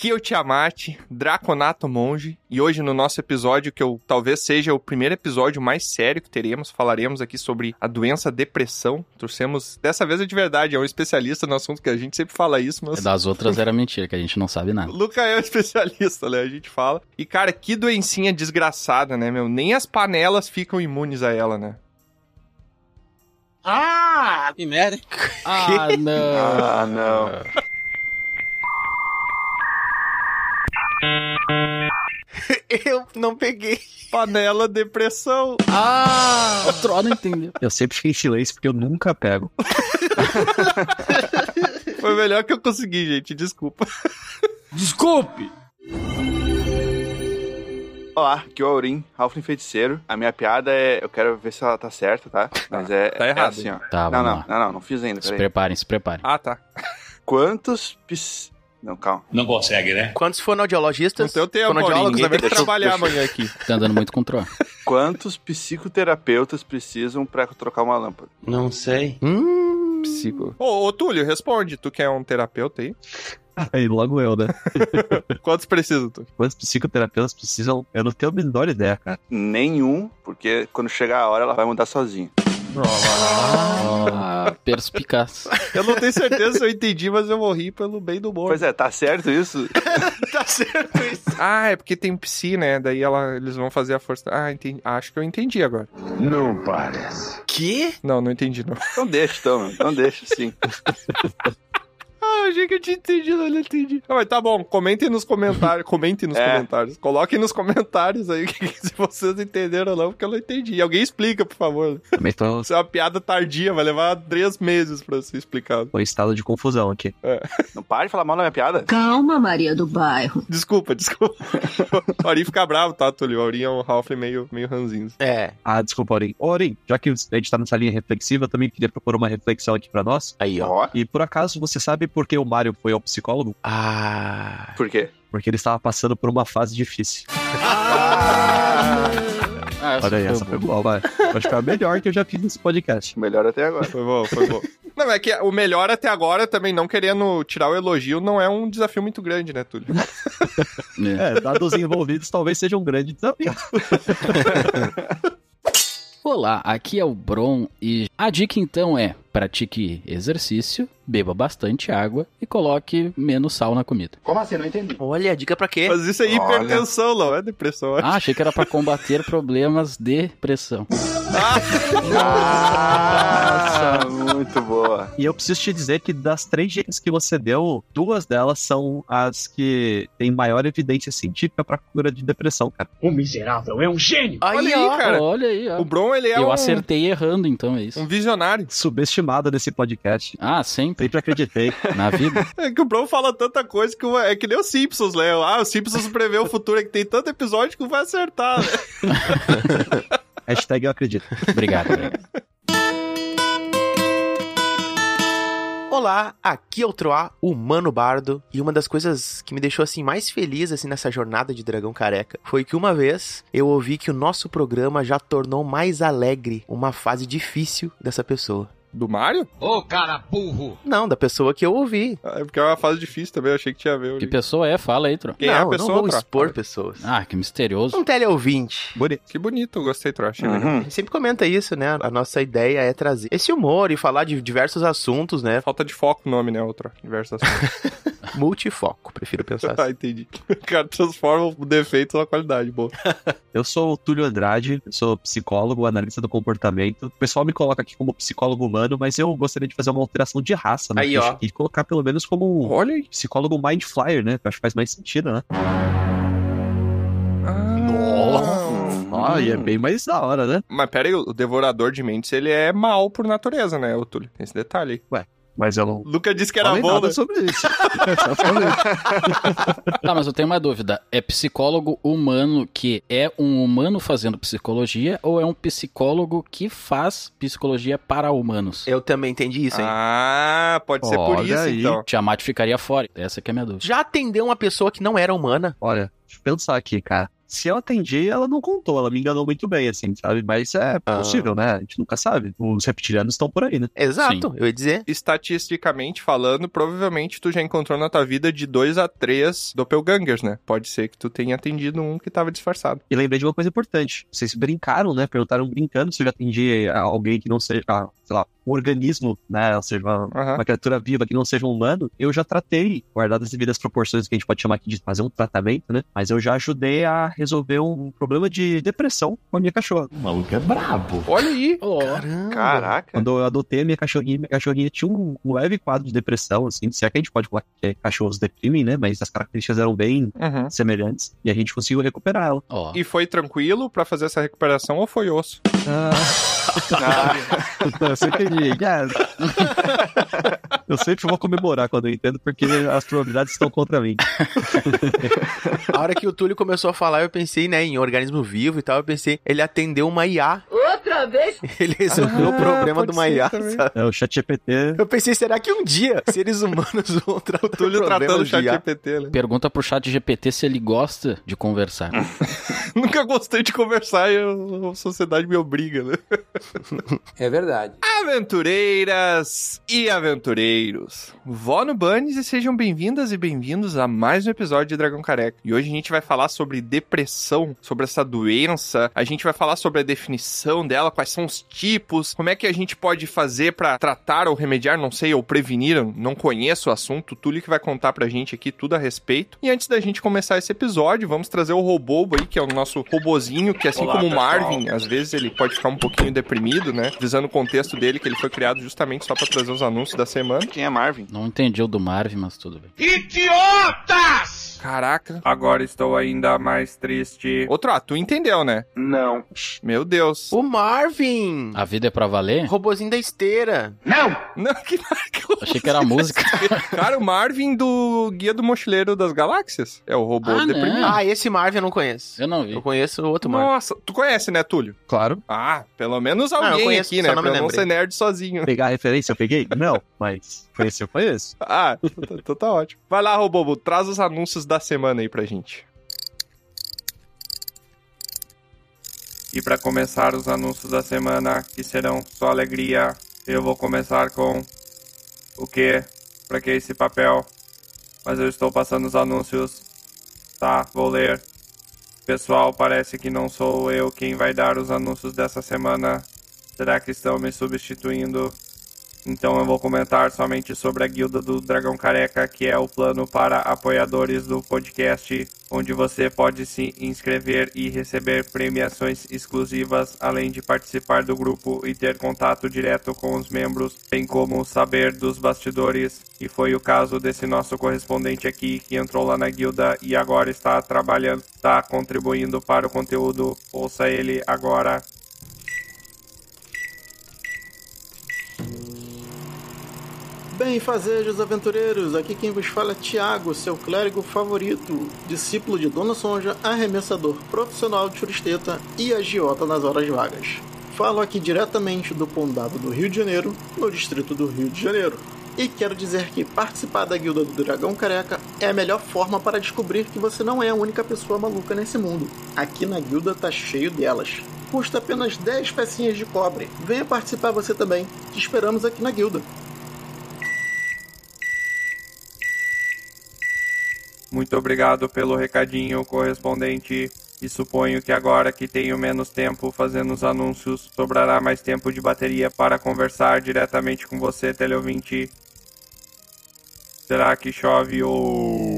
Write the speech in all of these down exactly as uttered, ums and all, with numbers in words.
Aqui é o Tiamat, Draconato Monge, e hoje no nosso episódio, que eu, talvez seja o primeiro episódio mais sério que teremos, falaremos aqui sobre a doença depressão. Trouxemos, dessa vez é de verdade, é um especialista no assunto, que a gente sempre fala isso, mas... Das outras era mentira, que a gente não sabe nada. O Luca é um especialista, né? A gente fala. E, cara, que doencinha desgraçada, né, meu? Nem as panelas ficam imunes a ela, né? Ah, que merda. Ah, não. Ah, não. Eu não peguei. Panela depressão. Ah, o Tro não entendeu. Eu sempre fiquei em silêncio porque eu nunca pego. Foi o melhor que eu consegui, gente. Desculpa. Desculpe. Olá, aqui é o Aurim, Halfling Feiticeiro. A minha piada é... Eu quero ver se ela tá certa, tá? Mas é, tá errado, é assim, ó. Tá, não, vamos não, lá. não, não, não fiz ainda, Se peraí. preparem, se preparem. Ah, tá. Quantos pis... Não, calma. Não consegue, né? Quantos fonoaudiologistas? Então eu tenho fonoaudiólogos, vai na ter que verdade. trabalhar deixa eu- amanhã aqui. Tá andando muito com o Tro. Quantos psicoterapeutas precisam pra trocar uma lâmpada? Não sei. Hum, Psico. Ô, ô, Túlio, responde. Tu que é um terapeuta aí. Aí logo eu, né? Quantos precisam, Túlio? Quantos psicoterapeutas precisam? Eu não tenho a menor ideia, cara. Nenhum, porque quando chegar a hora ela vai mudar sozinha. Ah, perspicaz. Eu não tenho certeza se eu entendi, mas eu vou rir pelo bem do humor. Pois é, tá certo isso? tá certo isso. Ah, é porque tem psi, né? Daí ela, eles vão fazer a força... Ah, entendi. Acho que eu entendi agora. Que? Não, não entendi, não. Então deixa, então. Então deixa, sim. Ah, eu achei que eu tinha entendido, eu não entendi. Ah, mas tá bom, comentem nos comentários. Comentem nos É. comentários. Coloquem nos comentários aí que- se vocês entenderam ou não, porque eu não entendi. E alguém explica, por favor. Também tô, Se é uma piada tardia, vai levar três meses pra ser explicado. tô em estado de confusão aqui. Não para de falar mal da minha piada. Calma, Maria do Bairro. Desculpa, desculpa. O Aurim fica bravo, tá, Túlio? O Aurim é um Halfling meio, meio ranzinho. É, Ah, desculpa, Aurim. Ô, Aurim, já que a gente tá nessa linha reflexiva, eu também queria propor uma reflexão aqui pra nós. aí, ó. Ó, E por acaso, você sabe por que o Mario foi ao psicólogo? Ah. por quê? Porque ele estava passando por uma fase difícil. Ah, Olha aí, essa foi boa, vai. Acho que foi a melhor que eu já fiz nesse podcast. Melhor até agora. Foi bom, foi bom. Não, é que o melhor até agora, também não querendo tirar o elogio, não é um desafio muito grande, né, Túlio? É. É, dados envolvidos talvez seja um grande desafio. Olá, aqui é o Bron e a dica então é: pratique exercício, beba bastante água e coloque menos sal na comida. Olha, a dica pra quê? Mas isso é Olha. hipertensão, não é depressão. Ah, achei que era pra combater problemas de pressão. Nossa, muito boa. E eu preciso te dizer que das três dicas que você deu, duas delas são as que têm maior evidência científica pra cura de depressão, cara. O miserável é um gênio. Aí, Olha aí, ó. cara. Olha aí, ó. O Bron, ele é Eu um, acertei errando, então é isso. um visionário. Subestimado nesse podcast. Ah, sempre Sempre acreditei. na vida. É que o Bron fala tanta coisa que o- é que nem os Simpsons, né? Ah, os Simpsons prevê o futuro, é que tem tanto episódio que vai acertar, né? Hashtag eu acredito. Obrigado, obrigado. Olá, aqui é o Troá, o Mano Bardo, e uma das coisas que me deixou assim mais feliz assim nessa jornada de Dragão Careca foi que uma vez eu ouvi que o nosso programa já tornou mais alegre uma fase difícil dessa pessoa. Do Mario? Ô, cara burro. Não, da pessoa que eu ouvi. Ah, é porque é uma fase difícil também, eu achei que tinha a ver. Que pessoa é? Fala aí, Tro. Quem não, é a eu pessoa, não vou Tro? expor pessoas. Ah, que misterioso. Um teleouvinte. Bonito. Que bonito, gostei, Tro. Achei legal. Uhum. A gente sempre comenta isso, né? A nossa ideia é trazer esse humor e falar de diversos assuntos, né? Falta de foco o nome, né, outro? Diversas coisas. Multifoco, prefiro pensar assim. Ah, entendi. O cara transforma o defeito na qualidade, boa. Eu sou o Túlio Andrade, eu sou psicólogo, analista do comportamento. O pessoal me coloca aqui como psicólogo humano, mas eu gostaria de fazer uma alteração de raça, né? Aí, ó. E colocar pelo menos como Olha aí. psicólogo Mind Flyer, né? Que eu acho que faz mais sentido, né? Nossa. Ah, e é bem mais da hora, né? Mas pera aí, o devorador de mentes, ele é mal por natureza, né, ô Túlio? Tem esse detalhe aí. Mas eu não O Luca disse que era falei bom, nada né? sobre isso. Eu só falei. Tá, mas eu tenho uma dúvida. É psicólogo humano que é um humano fazendo psicologia ou é um psicólogo que faz psicologia para humanos? Eu também entendi isso, hein? Ah, pode ser por Olha isso, aí. então. Tiamat ficaria fora. Essa que é a minha dúvida. Já atendeu uma pessoa que não era humana? Olha, deixa eu pensar aqui, cara. Se eu atendi, ela não contou, ela me enganou muito bem, assim, sabe? Mas é possível, ah. né? A gente nunca sabe. Os reptilianos estão por aí, né? Exato, Sim. eu ia dizer. Estatisticamente falando, provavelmente tu já encontrou na tua vida de dois a três doppelgangers, né? Pode ser que tu tenha atendido um que tava disfarçado. E lembrei de uma coisa importante. Vocês brincaram, né? Perguntaram brincando se eu já atendi alguém que não seja, sei lá, um organismo, né? Ou seja, uma, uhum. uma criatura viva que não seja um humano. Eu já tratei, guardadas as devidas proporções que a gente pode chamar aqui de fazer um tratamento, né? Mas eu já ajudei a resolver um problema de depressão com a minha cachorra. O maluco é brabo. Olha aí. Oh, Caramba. Caraca. Quando eu adotei a minha cachorrinha, minha cachorrinha tinha um, um leve quadro de depressão, assim. Se é que a gente pode falar que cachorros deprimem, né? Mas as características eram bem uhum. semelhantes. E a gente conseguiu recuperar ela. Oh. E foi tranquilo pra fazer essa recuperação ou foi osso? Ah... ah. Eu sempre eu sempre vou comemorar quando eu entendo, porque as probabilidades estão contra mim. A hora que o Túlio começou a falar, eu pensei, né, em organismo vivo e tal, eu pensei, ele atendeu uma I A. Outra vez? Ele resolveu ah, o problema de uma I A, sabe? É, o ChatGPT. Eu pensei, será que um dia seres humanos vão tratar o Túlio tratando o ChatGPT, né? Pergunta pro ChatGPT se ele gosta de conversar. Nunca gostei de conversar e a sociedade me obriga, né? É verdade. Aventureiras e aventureiros, vó no Bunnies e sejam bem-vindas e bem-vindos a mais um episódio de Dragão Careca. E hoje a gente vai falar sobre depressão, sobre essa doença, a gente vai falar sobre a definição dela, quais são os tipos, como é que a gente pode fazer pra tratar ou remediar, não sei, ou prevenir, eu não conheço o assunto, o Túlio que vai contar pra gente aqui tudo a respeito. E antes da gente começar esse episódio, vamos trazer o Robobo aí, que é o nosso robozinho, que assim Olá, como o Marvin, às vezes ele pode ficar um pouquinho deprimido, né? Visando o contexto dele, que ele foi criado justamente só pra trazer os anúncios da semana. Quem é Marvin? Não entendi o do Marvin, mas tudo bem. Idiotas! Caraca. Agora estou ainda mais triste. Outro, ah, tu entendeu, né? Não. Meu Deus. O Marvin! A vida é pra valer? Robozinho da esteira. Não! Não, que marca. Achei que era a música. Cara, o Marvin do Guia do Mochileiro das Galáxias. É o robô ah, deprimido. Ah, esse Marvin eu não conheço. Eu não vi. Eu conheço o outro Marvin. Nossa, tu conhece, né, Túlio? Claro. Ah, pelo menos alguém ah, conheço, aqui, né? Não pra não não ser nerd sozinho. Pegar a referência, eu peguei? Não, mas conhecer eu conheço. Ah, então tá ótimo. Vai lá, Robobo, traz os anúncios da semana aí pra gente. E para começar os anúncios da semana, que serão só alegria, eu vou começar com o quê? Pra que esse papel? Mas eu estou passando os anúncios. Tá, vou ler. Pessoal, parece que não sou eu quem vai dar os anúncios dessa semana. Será que estão me substituindo? Então eu vou comentar somente sobre a Guilda do Dragão Careca, que é o plano para apoiadores do podcast, onde você pode se inscrever e receber premiações exclusivas, além de participar do grupo e ter contato direto com os membros, bem como saber dos bastidores. E foi o caso desse nosso correspondente aqui, que entrou lá na guilda e agora está trabalhando, está contribuindo para o conteúdo. Ouça ele agora. Bem, fazejos aventureiros, aqui quem vos fala é Thiago, seu clérigo favorito, discípulo de Dona Sonja, arremessador profissional de churisteta e agiota nas horas vagas. Falo aqui diretamente do Condado do Rio de Janeiro, no distrito do Rio de Janeiro. E quero dizer que participar da Guilda do Dragão Careca é a melhor forma para descobrir que você não é a única pessoa maluca nesse mundo. Aqui na Guilda tá cheio delas. Custa apenas dez pecinhas de cobre. Venha participar você também. Te esperamos aqui na Guilda. Muito obrigado pelo recadinho, correspondente. E suponho que agora que tenho menos tempo fazendo os anúncios, sobrará mais tempo de bateria para conversar diretamente com você, teleouvinte. Será que chove ou...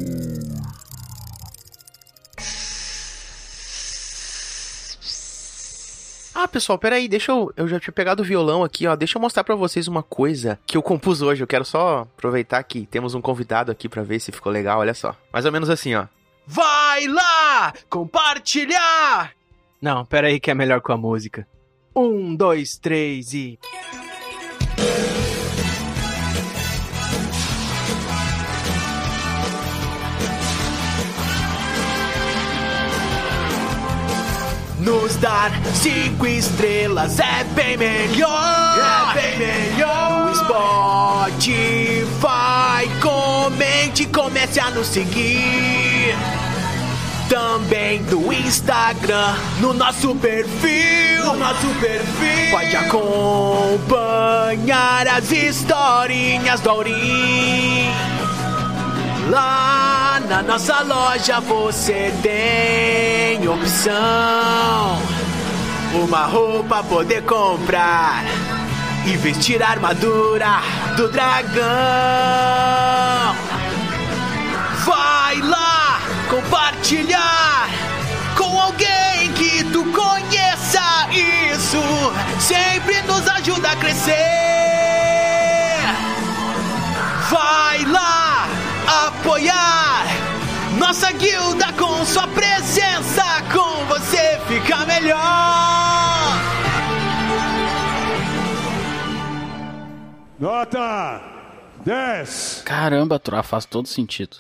Ah, pessoal, peraí, deixa eu... Eu já tinha pegado o violão aqui, ó. Deixa eu mostrar pra vocês uma coisa que eu compus hoje. Eu quero só aproveitar que temos um convidado aqui pra ver se ficou legal, olha só. Mais ou menos assim, ó. Vai lá compartilhar! Não, peraí que é melhor com a música. Um, dois, três e... Nos dar cinco estrelas é bem melhor, é bem melhor. O Spotify, comente, comece a nos seguir. também do Instagram, no nosso perfil, no nosso perfil. Pode acompanhar as historinhas do Aurim. Lá na nossa loja você tem opção, uma roupa poder comprar e vestir a armadura do dragão. Vai lá compartilhar com alguém que tu conheça. Isso sempre nos ajuda a crescer. Vai lá apoiar nossa guilda com sua presença. Com você fica melhor. Nota dez. Caramba, Troa, faz todo sentido.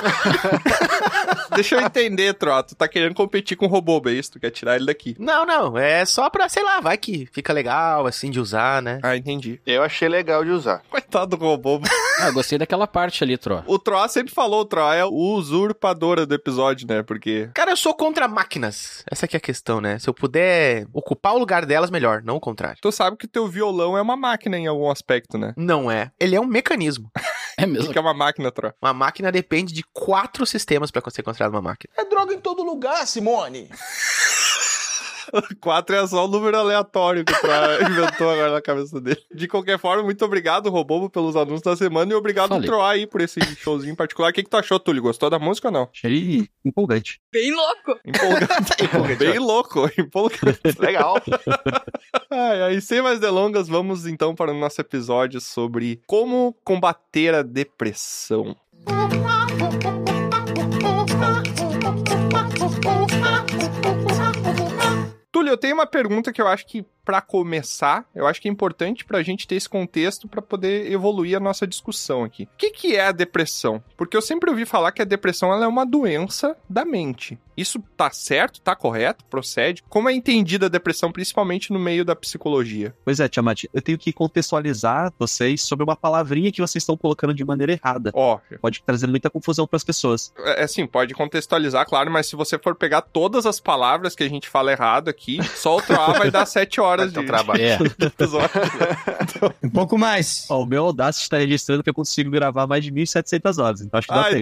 Deixa eu entender, Troa. Tu tá querendo competir com o robô, é isso? Tu quer tirar ele daqui? Não, não. É só pra, sei lá, vai que fica legal, assim, de usar, né? Ah, entendi. Eu achei legal de usar. Coitado do robô. Ah, eu gostei daquela parte ali, Troa. O Troa sempre falou, o Troa é o usurpadora do episódio, né? Porque... Cara, eu sou contra máquinas. Essa aqui é a questão, né? Se eu puder ocupar o lugar delas, melhor. Não o contrário. Tu sabe que o teu violão é uma máquina em algum aspecto, né? Não é. Ele é um mecanismo. É mesmo? O que é uma máquina, Troa? Uma máquina depende de quatro sistemas pra ser considerada uma máquina. É droga em todo lugar, Simone. quatro é só o número aleatório que o Troa inventou agora na cabeça dele. De qualquer forma, muito obrigado, Robobo, pelos anúncios da semana e obrigado, Falei. Troa, aí, por esse showzinho em particular. O que, que tu achou, Túlio? Gostou da música ou não? Achei empolgante. Bem louco. Empolgante. empolgante Bem louco. Empolgante. Legal. Ai, aí, sem mais delongas, vamos então para o nosso episódio sobre como combater a depressão. Túlio, eu tenho uma pergunta que eu acho que, pra começar, eu acho que é importante pra gente ter esse contexto pra poder evoluir a nossa discussão aqui. O que, que é a depressão? Porque eu sempre ouvi falar que a depressão ela é uma doença da mente. Isso tá certo? Tá correto? Procede? Como é entendida a depressão, principalmente no meio da psicologia? Pois é, Tiamat, eu tenho que contextualizar vocês sobre uma palavrinha que vocês estão colocando de maneira errada. Ó. Oh. Pode trazer muita confusão pras pessoas. É assim, pode contextualizar, claro, mas se você for pegar todas as palavras que a gente fala errado aqui, só o Troa vai dar sete horas de trabalho. É. episódio. Então... Um pouco mais. Ó, o meu Audacity está registrando que eu consigo gravar mais de mil e setecentas horas, então acho que dá ah, tempo.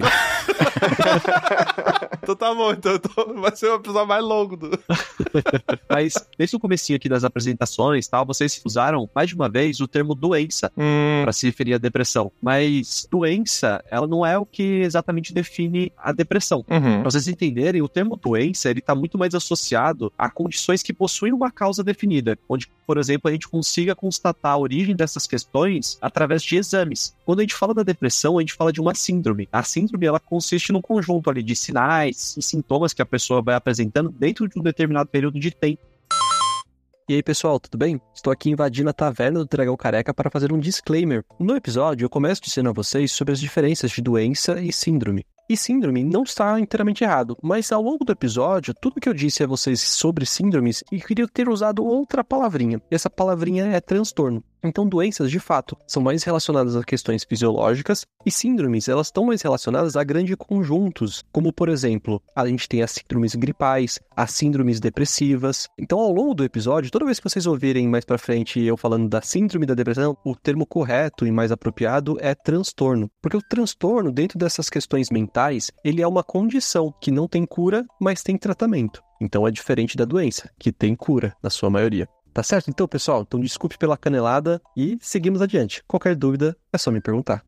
Então... então tá bom, então, então vai ser o episódio mais longo do... Mas, desde o comecinho aqui das apresentações e tal, vocês usaram mais de uma vez o termo doença hum. para se referir à depressão. Mas doença, ela não é o que exatamente define a depressão. Uhum. Pra vocês entenderem, o termo doença, ele tá muito mais associado a condições que possuem uma causa definida, onde, por exemplo, a gente consiga constatar a origem dessas questões através de exames. Quando a gente fala da depressão, a gente fala de uma síndrome. A síndrome, ela consiste num conjunto ali de sinais e sintomas que a pessoa vai apresentando dentro de um determinado período de tempo. E aí pessoal, tudo bem? Estou aqui invadindo a taverna do Dragão Careca para fazer um disclaimer. No episódio eu começo dizendo a vocês sobre as diferenças de doença e síndrome. E síndrome não está inteiramente errado, mas ao longo do episódio, tudo que eu disse a vocês sobre síndromes, eu queria ter usado outra palavrinha. E essa palavrinha é transtorno. Então doenças, de fato, são mais relacionadas a questões fisiológicas e síndromes, elas estão mais relacionadas a grandes conjuntos, como, por exemplo, a gente tem as síndromes gripais, as síndromes depressivas. Então, ao longo do episódio, toda vez que vocês ouvirem mais pra frente eu falando da síndrome da depressão, o termo correto e mais apropriado é transtorno. Porque o transtorno, dentro dessas questões mentais, ele é uma condição que não tem cura, mas tem tratamento. Então é diferente da doença, que tem cura, na sua maioria. Tá certo? Então, pessoal, então desculpe pela canelada e seguimos adiante. Qualquer dúvida, é só me perguntar.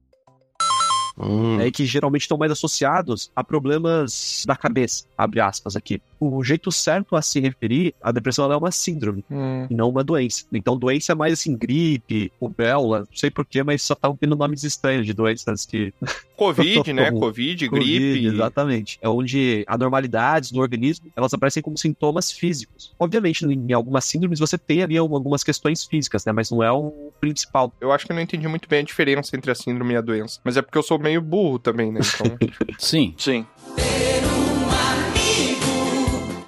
Hum. É que geralmente estão mais associados a problemas da cabeça, abre aspas aqui. O jeito certo a se referir à depressão ela é uma síndrome, hum. e não uma doença. Então doença é mais assim, gripe, rubéola, não sei porquê, mas só tá tendo nomes estranhos de doenças que... Covid, né? Covid, Covid, gripe. Exatamente. É onde anormalidades no organismo, elas aparecem como sintomas físicos. Obviamente, em algumas síndromes você tem ali algumas questões físicas, né? Mas não é o principal. Eu acho que eu não entendi muito bem a diferença entre a síndrome e a doença. Mas é porque eu sou meio burro também, né? Então... Sim. Sim.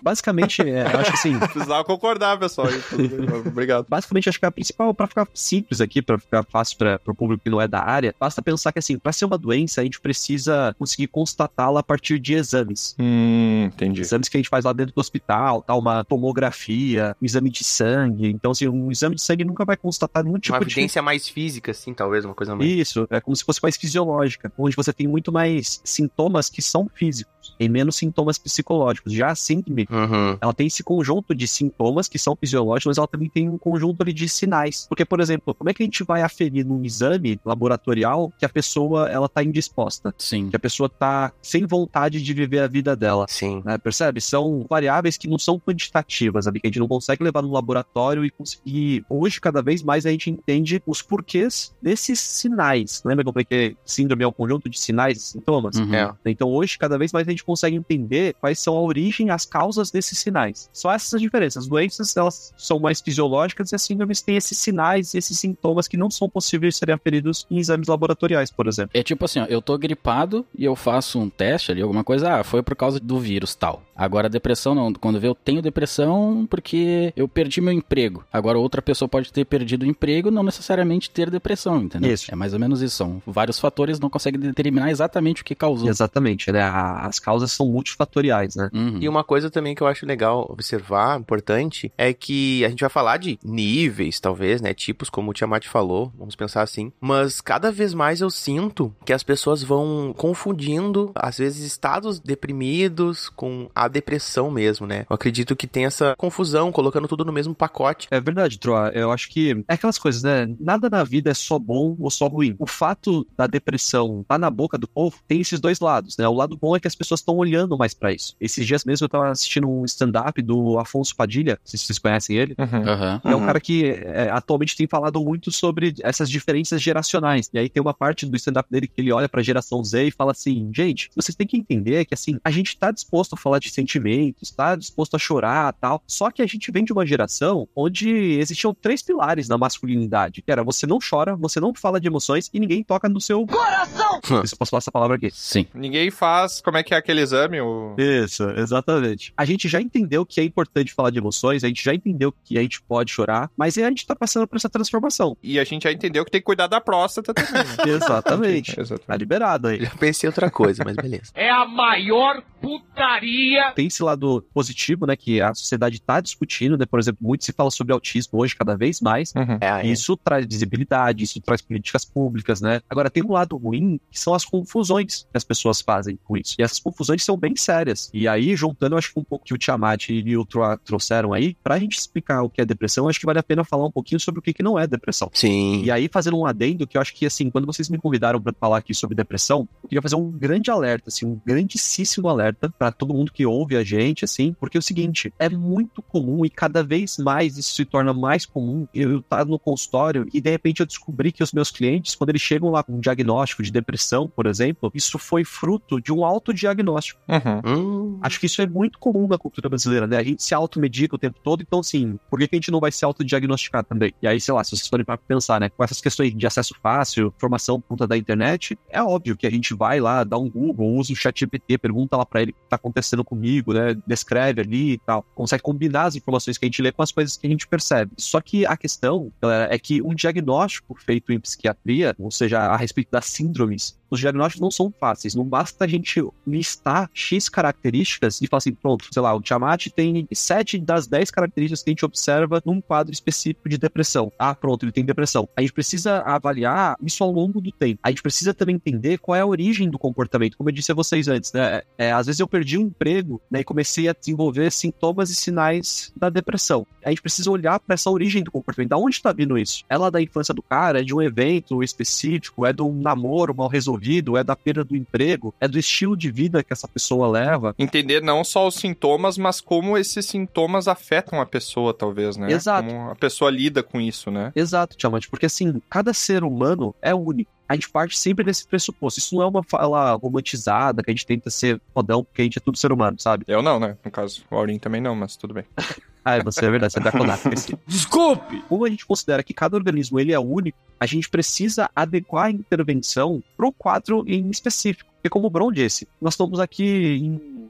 Basicamente, é, eu acho que assim... Precisava concordar, pessoal. Obrigado. Basicamente, acho que a principal, pra ficar simples aqui, pra ficar fácil pra, pro público que não é da área, basta pensar que assim, pra ser uma doença, a gente precisa conseguir constatá-la a partir de exames. Hum, entendi. Exames que a gente faz lá dentro do hospital, tá? Uma tomografia, um exame de sangue. Então, assim, um exame de sangue nunca vai constatar nenhum tipo uma de... Uma evidência mais física, assim, talvez, uma coisa mais... Isso, é como se fosse mais fisiológica, onde você tem muito mais sintomas que são físicos e menos sintomas psicológicos. Já a síndrome, uhum. ela tem esse conjunto de sintomas que são fisiológicos, mas ela também tem um conjunto ali de sinais. Porque, por exemplo, como é que a gente vai aferir num exame laboratorial que a pessoa, ela tá indisposta? Sim. Que a pessoa tá sem vontade de viver a vida dela. Sim. Né? Percebe? São variáveis que não são quantitativas, sabe? Que a gente não consegue levar no laboratório e conseguir... Hoje, cada vez mais, a gente entende os porquês desses sinais. Lembra que eu falei que síndrome é um conjunto de sinais e sintomas? Uhum. É. Então, hoje, cada vez mais a gente consegue entender quais são a origem, as causas desses sinais. Só essas diferenças. As doenças, elas são mais fisiológicas e as síndromes têm esses sinais e esses sintomas que não são possíveis de serem aferidos em exames laboratoriais, por exemplo. É tipo assim, ó, eu tô gripado e eu faço um teste ali, alguma coisa, ah, foi por causa do vírus tal. Agora, a depressão não. Quando vê, eu tenho depressão porque eu perdi meu emprego. Agora, outra pessoa pode ter perdido o emprego, não necessariamente ter depressão, entendeu? Isso. É mais ou menos isso. São vários fatores, não consegue determinar exatamente o que causou. Exatamente, né? As causas são multifatoriais, né? Uhum. E uma coisa também que eu acho legal observar, importante, é que a gente vai falar de níveis, talvez, né? Tipos, como o Tiamat falou, vamos pensar assim. Mas cada vez mais eu sinto que as pessoas vão confundindo, às vezes, estados deprimidos com a depressão mesmo, né? Eu acredito que tem essa confusão, colocando tudo no mesmo pacote. É verdade, Troa. Eu acho que é aquelas coisas, né? Nada na vida é só bom ou só ruim. O fato da depressão tá na boca do povo tem esses dois lados, né? O lado bom é que as pessoas estão olhando mais pra isso. Esses dias mesmo eu tava assistindo um stand-up do Afonso Padilha, não sei se vocês conhecem ele. Uhum. Uhum. É um cara que é, atualmente tem falado muito sobre essas diferenças geracionais. E aí tem uma parte do stand-up dele que ele olha pra geração Z e fala assim, gente, vocês têm que entender que assim, a gente tá disposto a falar de sentimentos, tá disposto a chorar e tal, só que a gente vem de uma geração onde existiam três pilares na masculinidade, que era você não chora, você não fala de emoções e ninguém toca no seu coração. Se eu posso falar essa palavra aqui. Sim. Ninguém faz, como é que é aquele exame? O... Isso, exatamente. A gente já entendeu que é importante falar de emoções, a gente já entendeu que a gente pode chorar, mas a gente tá passando por essa transformação. E a gente já entendeu que tem que cuidar da próstata também, né? Exatamente. Exatamente. Tá liberado aí. Já pensei outra coisa, mas beleza. É a maior putaria! Tem esse lado positivo, né, que a sociedade tá discutindo, né, por exemplo, muito se fala sobre autismo hoje, cada vez mais. Uhum. É, é. Isso traz visibilidade, isso traz políticas públicas, né? Agora, tem um lado ruim, que são as confusões que as pessoas fazem com isso. E essas confusões são bem sérias. E aí, juntando, eu acho que um pouco que o Tiamat e o Troa trouxeram aí, pra gente explicar o que é depressão, eu acho que vale a pena falar um pouquinho sobre o que, que não é depressão. Sim. E aí, fazendo um adendo, que eu acho que, assim, quando vocês me convidaram pra falar aqui sobre depressão, eu queria fazer um grande alerta, assim, um grandíssimo alerta pra todo mundo que ouve a gente, assim, porque é o seguinte, é muito comum e cada vez mais isso se torna mais comum. Eu estar no consultório e, de repente, eu descobri que os meus clientes, quando eles chegam lá com um diagnóstico de depressão, por exemplo, isso foi fruto de um autodiagnóstico. Uhum. Hum. Acho que isso é muito comum na cultura brasileira, né? A gente se automedica o tempo todo, então, assim, por que, que a gente não vai se autodiagnosticar também? E aí, sei lá, se vocês forem para pensar, né, com essas questões de acesso fácil, informação por conta da internet, é óbvio que a gente vai lá, dá um Google, usa o chat G P T, pergunta lá pra ele o que tá acontecendo comigo, né? Descreve ali e tal. Consegue combinar as informações que a gente lê com as coisas que a gente percebe. Só que a questão, galera, é que um diagnóstico feito em psiquiatria, ou seja, a respeito das síndromes, os diagnósticos não são fáceis. Não basta a gente listar X características e falar assim, pronto, sei lá, o Tiamat tem sete das dez características que a gente observa num quadro específico de depressão. Ah, pronto, ele tem depressão. A gente precisa avaliar isso ao longo do tempo. A gente precisa também entender qual é a origem do comportamento. Como eu disse a vocês antes, né? É, às vezes eu perdi um emprego, né, e comecei a desenvolver sintomas e sinais da depressão. A gente precisa olhar para essa origem do comportamento. Da onde está vindo isso? É lá da infância do cara? É de um evento específico? É de um namoro mal resolvido? É da perda do emprego? É do estilo de vida que essa pessoa leva? Entender não só os sintomas, mas como esses sintomas afetam a pessoa, talvez, né? Exato. Como a pessoa lida com isso, né? Exato, Tiamat, porque assim, cada ser humano é único. A gente parte sempre desse pressuposto. Isso não é uma fala romantizada, que a gente tenta ser fodão, porque a gente é tudo ser humano, sabe? Eu não, né? No caso, o Aurim também não, mas tudo bem. Ah, você é verdade, você é draconato. Desculpe! Como a gente considera que cada organismo ele é único, a gente precisa adequar a intervenção para o quadro em específico. Porque como o Bron disse, nós estamos aqui em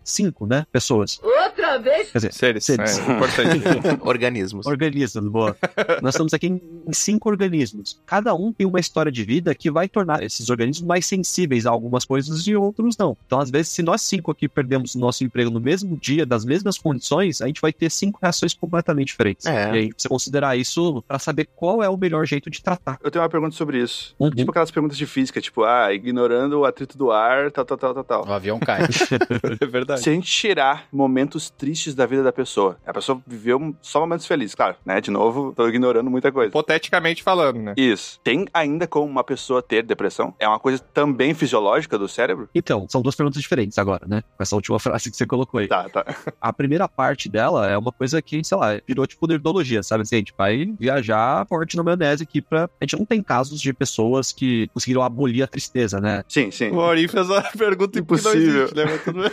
cinco, né, pessoas. Outra vez? Quer dizer, seres. seres. É, importante. Organismos. Organismos, boa. Nós estamos aqui em cinco organismos. Cada um tem uma história de vida que vai tornar esses organismos mais sensíveis a algumas coisas e outros não. Então, às vezes, se nós cinco aqui perdemos o nosso emprego no mesmo dia, das mesmas condições, a gente vai ter cinco reações completamente diferentes. É. E aí, você considerar isso pra saber qual é o melhor jeito de tratar. Eu tenho uma pergunta sobre isso. Uhum. Tipo aquelas perguntas de física, tipo, ah, ignorando o atrito do ar, tal, tal, tal, tal, tal. O avião cai. É verdade. Se a gente tirar momentos tristes da vida da pessoa, a pessoa viveu só momentos felizes, claro, né? De novo, tô ignorando muita coisa. Hipoteticamente falando, né? Isso. Tem ainda como uma pessoa ter depressão? É uma coisa também fisiológica do cérebro? Então, são duas perguntas diferentes agora, né? Com essa última frase que você colocou aí. Tá, tá. A primeira parte dela é uma coisa que, sei lá, virou tipo nerdologia, sabe? Assim, a gente vai viajar forte na maionese aqui pra... A gente não tem casos de pessoas que conseguiram abolir a tristeza, né? Sim, sim. O Aurim fez uma pergunta impossível. Impossível, né? Mas tudo bem.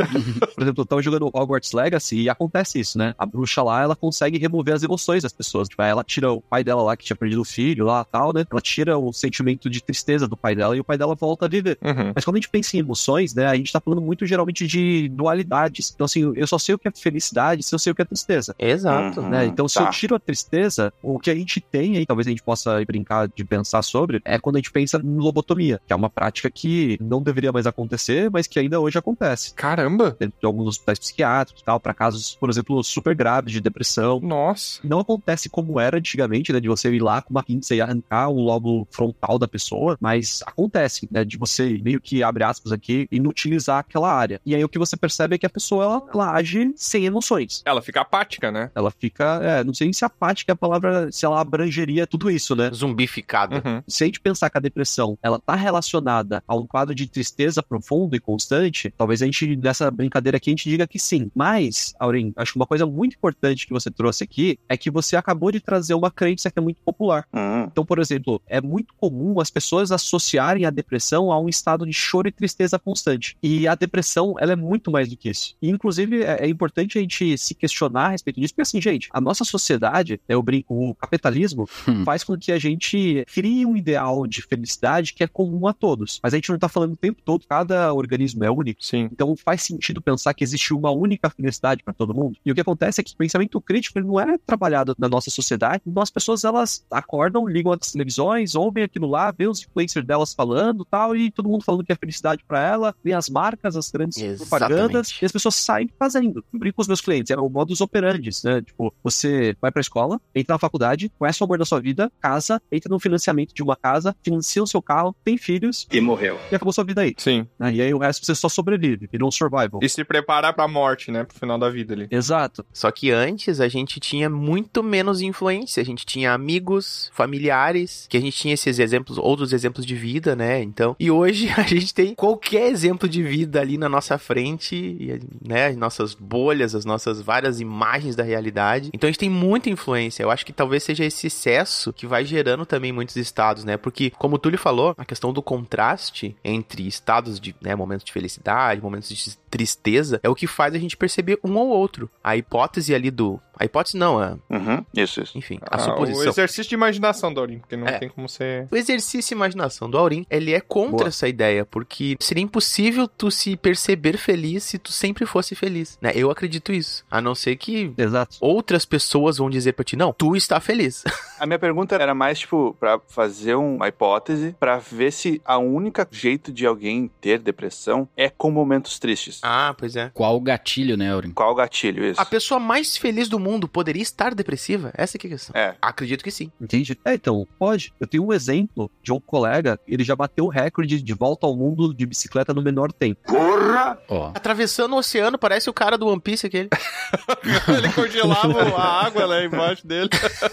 Por exemplo, eu tava jogando Hogwarts Legacy e acontece isso, né? A bruxa lá, ela consegue remover as emoções das pessoas. Tipo, ela tira o pai dela lá, que tinha perdido o filho lá e tal, né? Ela tira o sentimento de tristeza do pai dela e o pai dela volta a viver. Uhum. Mas quando a gente pensa em emoções, né? A gente tá falando muito, geralmente, de dualidades. Então, assim, eu só sei o que é felicidade se eu sei o que é tristeza. Exato. Uhum, né? Então, se tá. eu tiro a tristeza, o que a gente tem aí, talvez a gente possa brincar de pensar sobre, é quando a gente pensa em lobotomia, que é uma prática que não deveria mais acontecer, mas que ainda hoje acontece. Caramba! Dentro de alguns hospitais psiquiátricos e tal, para casos, por exemplo, super graves de depressão. Nossa! Não acontece como era antigamente, né, de você ir lá com uma pinça e arrancar o lobo frontal da pessoa, mas acontece, né, de você meio que, abre aspas aqui, inutilizar aquela área. E aí o que você percebe é que a pessoa, ela, ela age sem emoções. Ela fica apática, né? Ela fica, é, não sei se apática é a palavra, se ela abrangeria tudo isso, né? Zumbificada. Uhum. Se a gente pensar que a depressão, ela tá relacionada a um quadro de tristeza profundo e constante, talvez a gente, nessa brincadeira aqui, a gente diga que sim. Mas, Aurim, acho que uma coisa muito importante que você trouxe aqui é que você acabou de trazer uma crença que é muito popular. Uhum. Então, por exemplo, é muito comum as pessoas associarem a depressão a um estado de choro e tristeza constante. E a depressão, ela é muito mais do que isso. E, inclusive, é, é importante a gente se questionar a respeito disso, porque assim, gente, a nossa sociedade, eu brinco, o capitalismo, Hum. faz com que a gente crie um ideal de felicidade que é comum a todos. Mas a gente não tá falando o tempo todo, cada organismo é único. Sim. Então faz sentido pensar que existe uma única felicidade para todo mundo. E o que acontece é que o pensamento crítico ele não é trabalhado na nossa sociedade. Então as pessoas, elas acordam, ligam as televisões, ouvem aquilo lá, vê os influencers delas falando tal, e todo mundo falando que é felicidade para ela, vem as marcas, as grandes Exatamente. propagandas, e as pessoas saem fazendo. Eu brinco com os meus clientes, é o modus operandi, né? Tipo, você vai pra escola, entra na faculdade, conhece o amor da sua vida, casa, entra no financiamento de uma casa, financia o seu carro, tem filhos. E morreu. E acabou sua vida aí. Sim. Né? E aí o resto você só sobrevive, virou um survival. E se preparar pra morte, né? Pro final da vida ali. Exato. Só que antes a gente tinha muito menos influência. A gente tinha amigos, familiares, que a gente tinha esses exemplos, outros exemplos de vida, né? Então, e hoje a gente tem qualquer exemplo de vida ali na nossa frente, e, né? As nossas bolhas, as nossas várias imagens da realidade. Então a gente tem muita influência. Eu acho que talvez seja esse excesso que vai gerando também muitos estados, né? Porque, como o Túlio falou, a questão do contraste entre estados de, né, momentos de felicidade, momentos de tristeza, é o que faz a gente perceber um ou outro. A hipótese ali do... A hipótese não, é... Uhum, isso, isso. Enfim, a Ah, suposição. o exercício de imaginação, Daurim, porque não É. tem como ser... O exercício de imaginação do Aurim, ele é contra Boa. essa ideia, porque seria impossível tu se perceber feliz se tu sempre fosse feliz, né? Eu acredito isso. A não ser que Exato. outras pessoas vão dizer pra ti, não, tu está feliz. A minha pergunta era mais, tipo, pra fazer uma hipótese, pra ver se a única jeito de alguém ter depressão é com momentos tristes. Ah, pois é. Qual o gatilho, né, Aurim? Qual o gatilho, isso? A pessoa mais feliz do mundo poderia estar depressiva? Essa que é a questão. É. Acredito que sim. Entendi. É, então, pode. Eu tenho um exemplo de um colega, ele já bateu o recorde de volta ao mundo de bicicleta no menor tempo. Porra! Ó, Atravessando o oceano, parece o cara do One Piece aquele. Ele congelava a água lá embaixo dele.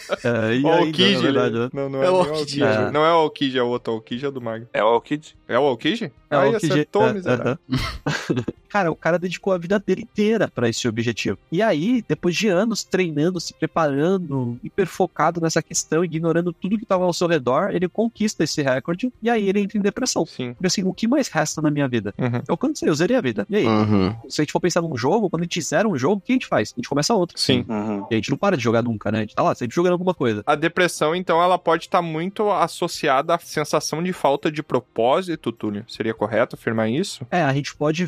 É, e O ainda, Aokiji, na verdade, ele- né? Não, não É é, o não é o Aokiji. Aokiji. É. Não é o Aokiji, é o outro. O Aokiji é do Mag. É o Kid? É o Aokiji? É o Aí Aokiji, acertou, é, miserável. aham. Cara, o cara dedicou a vida dele inteira pra esse objetivo. E aí, depois de anos treinando, se preparando, hiper focado nessa questão, ignorando tudo que tava ao seu redor, ele conquista esse recorde e aí ele entra em depressão. Sim. Porque assim, o que mais resta na minha vida? Uhum. Eu cansei, eu zerei a vida. E aí? Uhum. Se a gente for pensar num jogo, quando a gente zera um jogo, o que a gente faz? A gente começa outro. Sim. Uhum. E a gente não para de jogar nunca, né? A gente tá lá, sempre jogando alguma coisa. A depressão, então, ela pode estar muito associada à sensação de falta de propósito, Túlio. Seria correto afirmar isso? É, a gente pode ver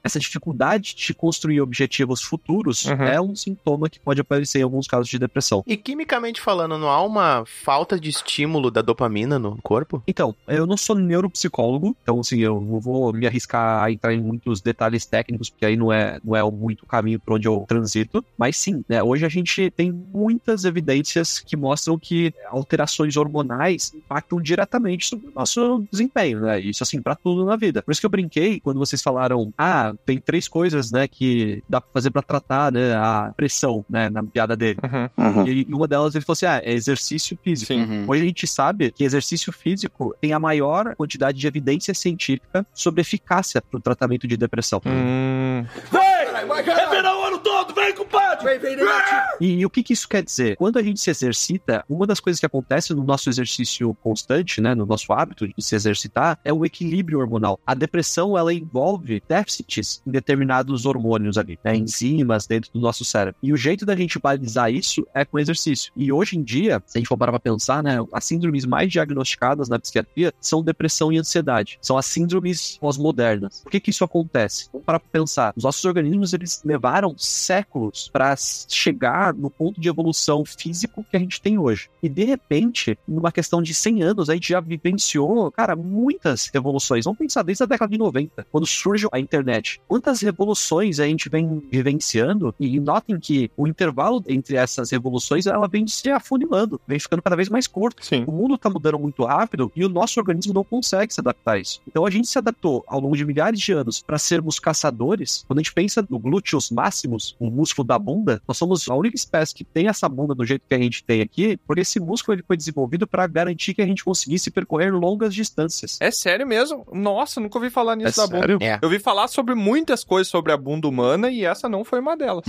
essa dificuldade de construir objetivos futuros uhum. é um sintoma que pode aparecer em alguns casos de depressão. E quimicamente falando, não há uma falta de estímulo da dopamina no corpo? Então, eu não sou neuropsicólogo, então assim, eu não vou me arriscar a entrar em muitos detalhes técnicos, porque aí não é, não é muito o caminho por onde eu transito, mas sim, né, hoje a gente tem muitas evidências que mostram que alterações hormonais impactam diretamente sobre o nosso desempenho, né, isso assim, pra tudo na vida. Por isso que eu brinquei quando vocês falaram, ah, tem três coisas, né, que dá pra fazer pra tratar, né, a pressão, né, na piada dele. Uhum. Uhum. E uma delas ele falou assim, ah, é exercício físico. Uhum. Hoje a gente sabe que exercício físico tem a maior quantidade de evidência científica sobre eficácia pro tratamento de depressão. Hum. Vem! Vai virar o ano todo! Vem, compadre! Vem, vem, negativo! E, e o que que isso quer dizer? Quando a gente se exercita, uma das coisas que acontece no nosso exercício constante, né, no nosso hábito de se exercitar, é o equilíbrio hormonal. A depressão, ela envolve déficits em determinados hormônios ali, né, enzimas dentro do nosso cérebro. E o jeito da gente balizar isso é com exercício. E hoje em dia, se a gente for parar pra pensar, né, as síndromes mais diagnosticadas na psiquiatria são depressão e ansiedade. São as síndromes pós-modernas. Por que que isso acontece? Vamos parar pra pensar. Os nossos organismos, eles levaram séculos para chegar no ponto de evolução físico que a gente tem hoje. E, de repente, numa questão de cem anos, a gente já vivenciou, cara, muitas revoluções. Vamos pensar desde a década de noventa, quando surge a internet. Quantas revoluções a gente vem vivenciando? E notem que o intervalo entre essas revoluções, ela vem se afunilando, vem ficando cada vez mais curto. Sim. O mundo tá mudando muito rápido e o nosso organismo não consegue se adaptar a isso. Então, a gente se adaptou ao longo de milhares de anos para sermos caçadores. Quando a gente pensa no glúteos máximos, o músculo da bunda, nós somos a única espécie que tem essa bunda do jeito que a gente tem aqui, porque esse músculo ele foi desenvolvido para garantir que a gente conseguisse percorrer longas distâncias. É sério mesmo? Nossa, nunca ouvi falar nisso é da sério? bunda. É. Eu ouvi falar sobre muitas coisas sobre a bunda humana e essa não foi uma delas.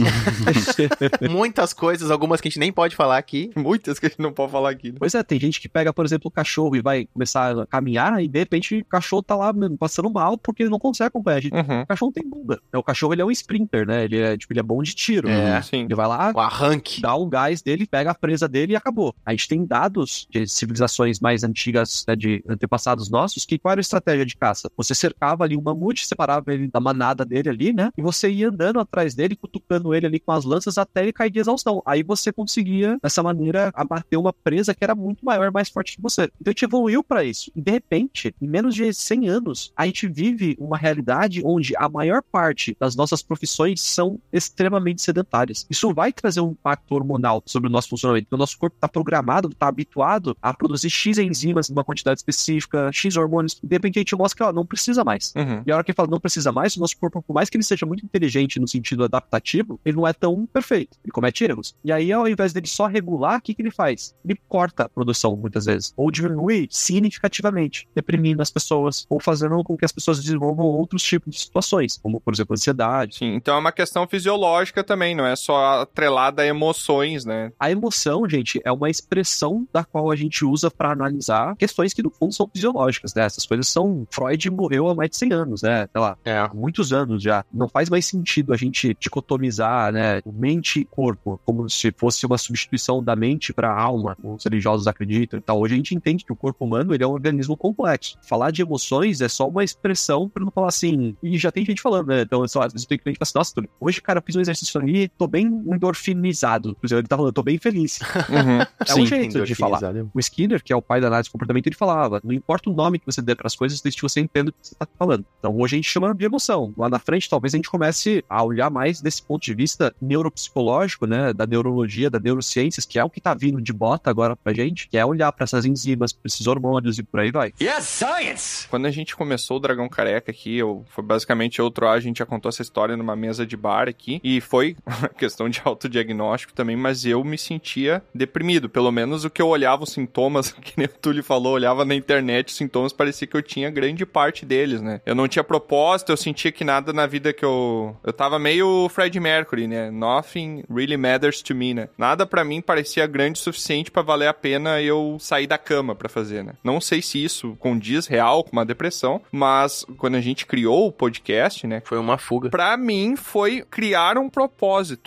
Muitas coisas, algumas que a gente nem pode falar aqui. Muitas que a gente não pode falar aqui. Né? Pois é, tem gente que pega, por exemplo, o cachorro e vai começar a caminhar e de repente o cachorro tá lá passando mal porque ele não consegue acompanhar a gente. Uhum. O cachorro tem bunda. O cachorro ele é um sprinter, né? Ele é, tipo, ele é bom de tiro. É, sim. Ele vai lá, o arranque, dá um gás dele, pega a presa dele e acabou. A gente tem dados de civilizações mais antigas, né, de antepassados nossos, que qual era a estratégia de caça? Você cercava ali um mamute, separava ele da manada dele ali, né? E você ia andando atrás dele, cutucando ele ali com as lanças até ele cair de exaustão. Aí você conseguia, dessa maneira, abater uma presa que era muito maior, mais forte que você. Então a gente evoluiu pra isso. E de repente, em menos de cem anos, a gente vive uma realidade onde a maior parte das nossas profissões são extremamente sedentárias. Isso vai trazer um impacto hormonal sobre o nosso funcionamento. Porque o nosso corpo está programado, está habituado a produzir X enzimas numa quantidade específica, X hormônios. De repente a gente mostra que ó, não precisa mais. Uhum. E a hora que ele fala não precisa mais, o nosso corpo, por mais que ele seja muito inteligente no sentido adaptativo, ele não é tão perfeito. Ele comete erros. E aí, ao invés dele só regular, o que, que ele faz? Ele corta a produção, muitas vezes. Ou diminui significativamente, deprimindo as pessoas, ou fazendo com que as pessoas desenvolvam outros tipos de situações, como, por exemplo, ansiedade. Sim, então é uma questão fisiológica também, não é só atrelada a emoções, né? A emoção, gente, é uma expressão da qual a gente usa para analisar questões que, no fundo, são fisiológicas, né? Essas coisas são... Freud morreu há mais de cem anos, né? Sei lá, é. há muitos anos já. Não faz mais sentido a gente dicotomizar, né? Mente e corpo, como se fosse uma substituição da mente para a alma, os religiosos acreditam e tal. Hoje a gente entende que o corpo humano, ele é um organismo complexo. Falar de emoções é só uma expressão para não falar assim... E já tem gente falando, né? Então, só, às vezes tem cliente que fala assim, nossa, Túlio, hoje, cara, eu fiz um exercício ali, tô bem endorfinizado. Por exemplo, ele tá falando, tô bem feliz. Uhum. É Sim, um jeito de falar. O Skinner, que é o pai da análise de comportamento, ele falava, não importa o nome que você dê pras coisas, desde que você entenda o que você tá falando. Então, hoje a gente chama de emoção. Lá na frente, talvez a gente comece a olhar mais desse ponto de vista neuropsicológico, né, da neurologia, da neurociências, que é o que tá vindo de bota agora pra gente, que é olhar pra essas enzimas, pra esses hormônios e por aí vai. Yes, science! Quando a gente começou o Dragão Careca aqui, eu, foi basicamente outro A, a gente já contou essa história numa mesa de bar aqui, e foi uma questão de autodiagnóstico também, mas eu me sentia deprimido, pelo menos o que eu olhava os sintomas, que nem o Túlio falou, olhava na internet os sintomas, parecia que eu tinha grande parte deles, né? Eu não tinha propósito, eu sentia que nada na vida que eu... Eu tava meio Freddie Mercury, né? Nothing really matters to me, né? Nada pra mim parecia grande o suficiente pra valer a pena eu sair da cama pra fazer, né? Não sei se isso condiz real com uma depressão, mas quando a gente criou o podcast, né? Foi uma fuga. Pra mim, foi criar um propósito.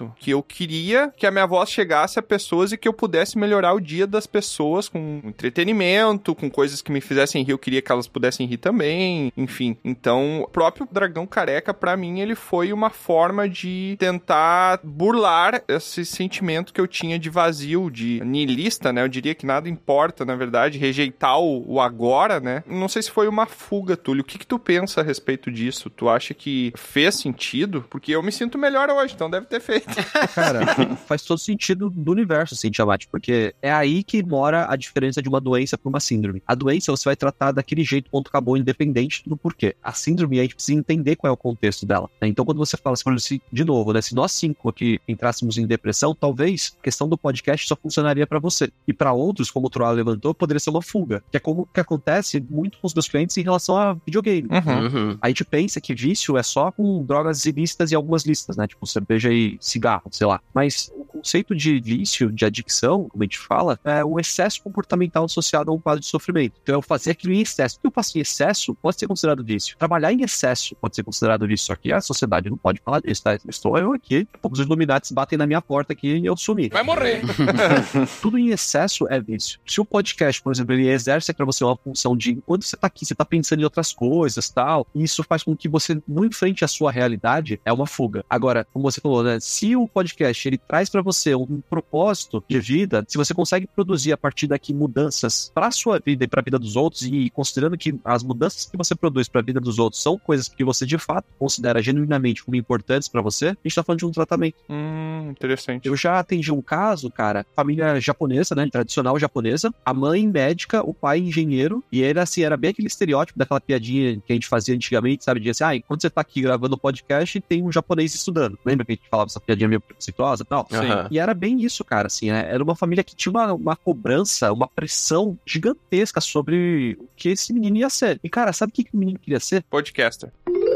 sentimento que eu queria que a minha voz chegasse a pessoas e que eu pudesse melhorar o dia das pessoas com entretenimento, com coisas que me fizessem rir, eu queria que elas pudessem rir também, enfim. Então, o próprio Dragão Careca, pra mim, ele foi uma forma de tentar burlar esse sentimento que eu tinha de vazio, de nihilista, né? Eu diria que nada importa, na verdade, rejeitar o, o agora, né? Não sei se foi uma fuga, Túlio. O que que tu pensa a respeito disso? Tu acha que fez sentido? Porque eu me sinto melhor hoje, então deve ter feito. Cara, faz todo sentido do universo, assim, Tiamat, porque é aí que mora a diferença de uma doença para uma síndrome. A doença você vai tratar daquele jeito, ponto, acabou, independente do porquê. A síndrome, a gente precisa entender qual é o contexto dela, né? Então, quando você fala, se, de novo, né, se nós cinco aqui entrássemos em depressão, talvez a questão do podcast só funcionaria para você. E para outros, como o Troá levantou, poderia ser uma fuga, que é como que acontece muito com os meus clientes em relação a videogame. Uhum. A gente pensa que vício é só com drogas ilícitas e algumas listas, né? Tipo cerveja e cigarro, sei lá. Mas o conceito de vício, de adicção, como a gente fala, é o excesso comportamental associado a um quadro de sofrimento. Então, eu fazer aquilo em excesso. O que eu faço em excesso pode ser considerado vício. Trabalhar em excesso pode ser considerado vício. Só que a sociedade não pode falar disso, tá? Estou eu aqui, os Illuminatis batem na minha porta aqui e eu sumi. Vai morrer! Tudo em excesso é vício. Se o podcast, por exemplo, ele exerce para você uma função de enquanto você tá aqui, você tá pensando em outras coisas, tal, e isso faz com que você não enfrente a sua realidade, é uma fuga. Agora, como você falou, né? Se o podcast, ele traz para você um propósito de vida, se você consegue produzir a partir daqui mudanças para sua vida e para a vida dos outros, e considerando que as mudanças que você produz para a vida dos outros são coisas que você de fato considera genuinamente como importantes para você, a gente tá falando de um tratamento. Hum, interessante. Eu já atendi um caso, cara, família japonesa, né, tradicional japonesa, a mãe médica, o pai engenheiro, e ele, assim, era bem aquele estereótipo daquela piadinha que a gente fazia antigamente, sabe, de assim, ah, enquanto você tá aqui gravando o podcast, tem um japonês estudando. Lembra que a gente falava essa piadinha meio preconceituosa e tal? Sim. Uhum. E era bem isso, cara, assim, né, era uma família que tinha uma, uma cobrança, uma pressão gigantesca sobre o que esse menino ia ser. E, cara, sabe o que, que o menino queria ser? Podcaster.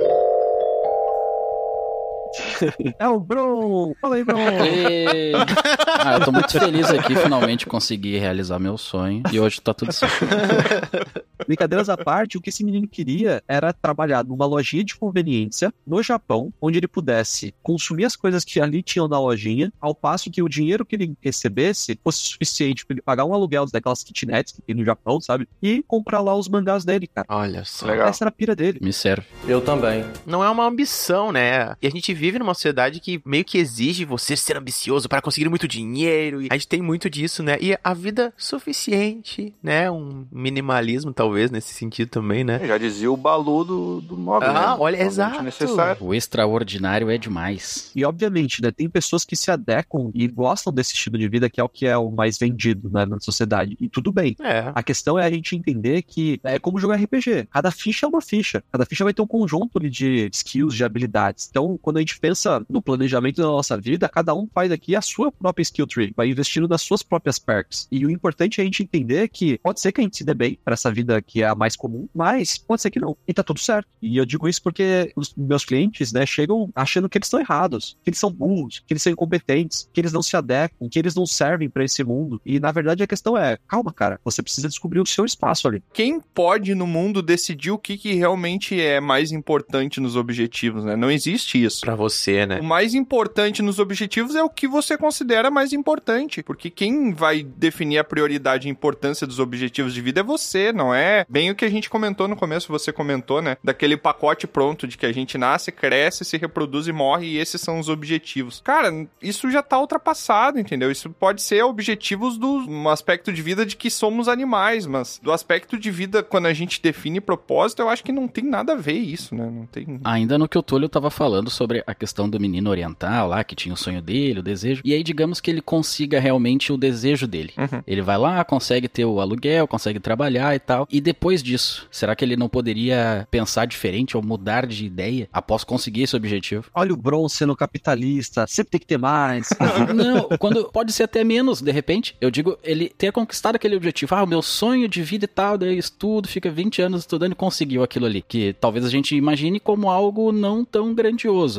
É o Bron! Fala aí, Bron! E... Ah, eu tô muito feliz aqui, finalmente consegui realizar meu sonho. E hoje tá tudo certo. Brincadeiras à parte, o que esse menino queria era trabalhar numa lojinha de conveniência no Japão, onde ele pudesse consumir as coisas que ali tinham na lojinha, ao passo que o dinheiro que ele recebesse fosse suficiente para ele pagar um aluguel daquelas kitnets que tem no Japão, sabe? E comprar lá os mangás dele, cara. Olha só. Legal. Essa era a pira dele. Me serve. Eu também. Não é uma ambição, né? E a gente vive numa sociedade que meio que exige você ser ambicioso para conseguir muito dinheiro. E a gente tem muito disso, né? E a vida suficiente, né? Um minimalismo, talvez, nesse sentido também, né? Já dizia o Balu do, do Mogli, Ah, né? olha, Totalmente exato. necessário. O extraordinário é demais. E, obviamente, né, tem pessoas que se adequam e gostam desse estilo de vida, que é o que é o mais vendido, né, na sociedade. E tudo bem. É. A questão é a gente entender que é como jogar R P G. Cada ficha é uma ficha. Cada ficha vai ter um conjunto de skills, de habilidades. Então, quando a gente pensa no planejamento da nossa vida, cada um faz aqui a sua própria skill tree. Vai investindo nas suas próprias perks. E o importante é a gente entender que pode ser que a gente se dê bem para essa vida que é a mais comum, mas pode ser que não. E tá tudo certo. E eu digo isso porque os meus clientes, né, chegam achando que eles estão errados, que eles são burros, que eles são incompetentes, que eles não se adequam, que eles não servem para esse mundo. E, na verdade, a questão é, calma, cara, você precisa descobrir o seu espaço ali. Quem pode no mundo decidir o que, que realmente é mais importante nos objetivos, né? Não existe isso. Pra você, né? O mais importante nos objetivos é o que você considera mais importante, porque quem vai definir a prioridade e a importância dos objetivos de vida é você, não é bem o que a gente comentou no começo, você comentou, né? Daquele pacote pronto de que a gente nasce, cresce, se reproduz e morre, e esses são os objetivos. Cara, isso já tá ultrapassado, entendeu? Isso pode ser objetivos do um aspecto de vida de que somos animais, mas do aspecto de vida, quando a gente define propósito, eu acho que não tem nada a ver isso, né? Não tem... Ainda no que o Túlio tava falando sobre a questão do menino oriental lá, que tinha o sonho dele, o desejo, e aí digamos que ele consiga realmente o desejo dele. Uhum. Ele vai lá, consegue ter o aluguel, consegue trabalhar e tal, e depois disso, será que ele não poderia pensar diferente ou mudar de ideia após conseguir esse objetivo? Olha o Bron sendo capitalista, sempre tem que ter mais. Não, quando pode ser até menos, de repente. Eu digo, ele ter conquistado aquele objetivo. Ah, o meu sonho de vida e tal, daí estudo, fica vinte anos estudando e conseguiu aquilo ali. Que talvez a gente imagine como algo não tão grandioso, né? Mas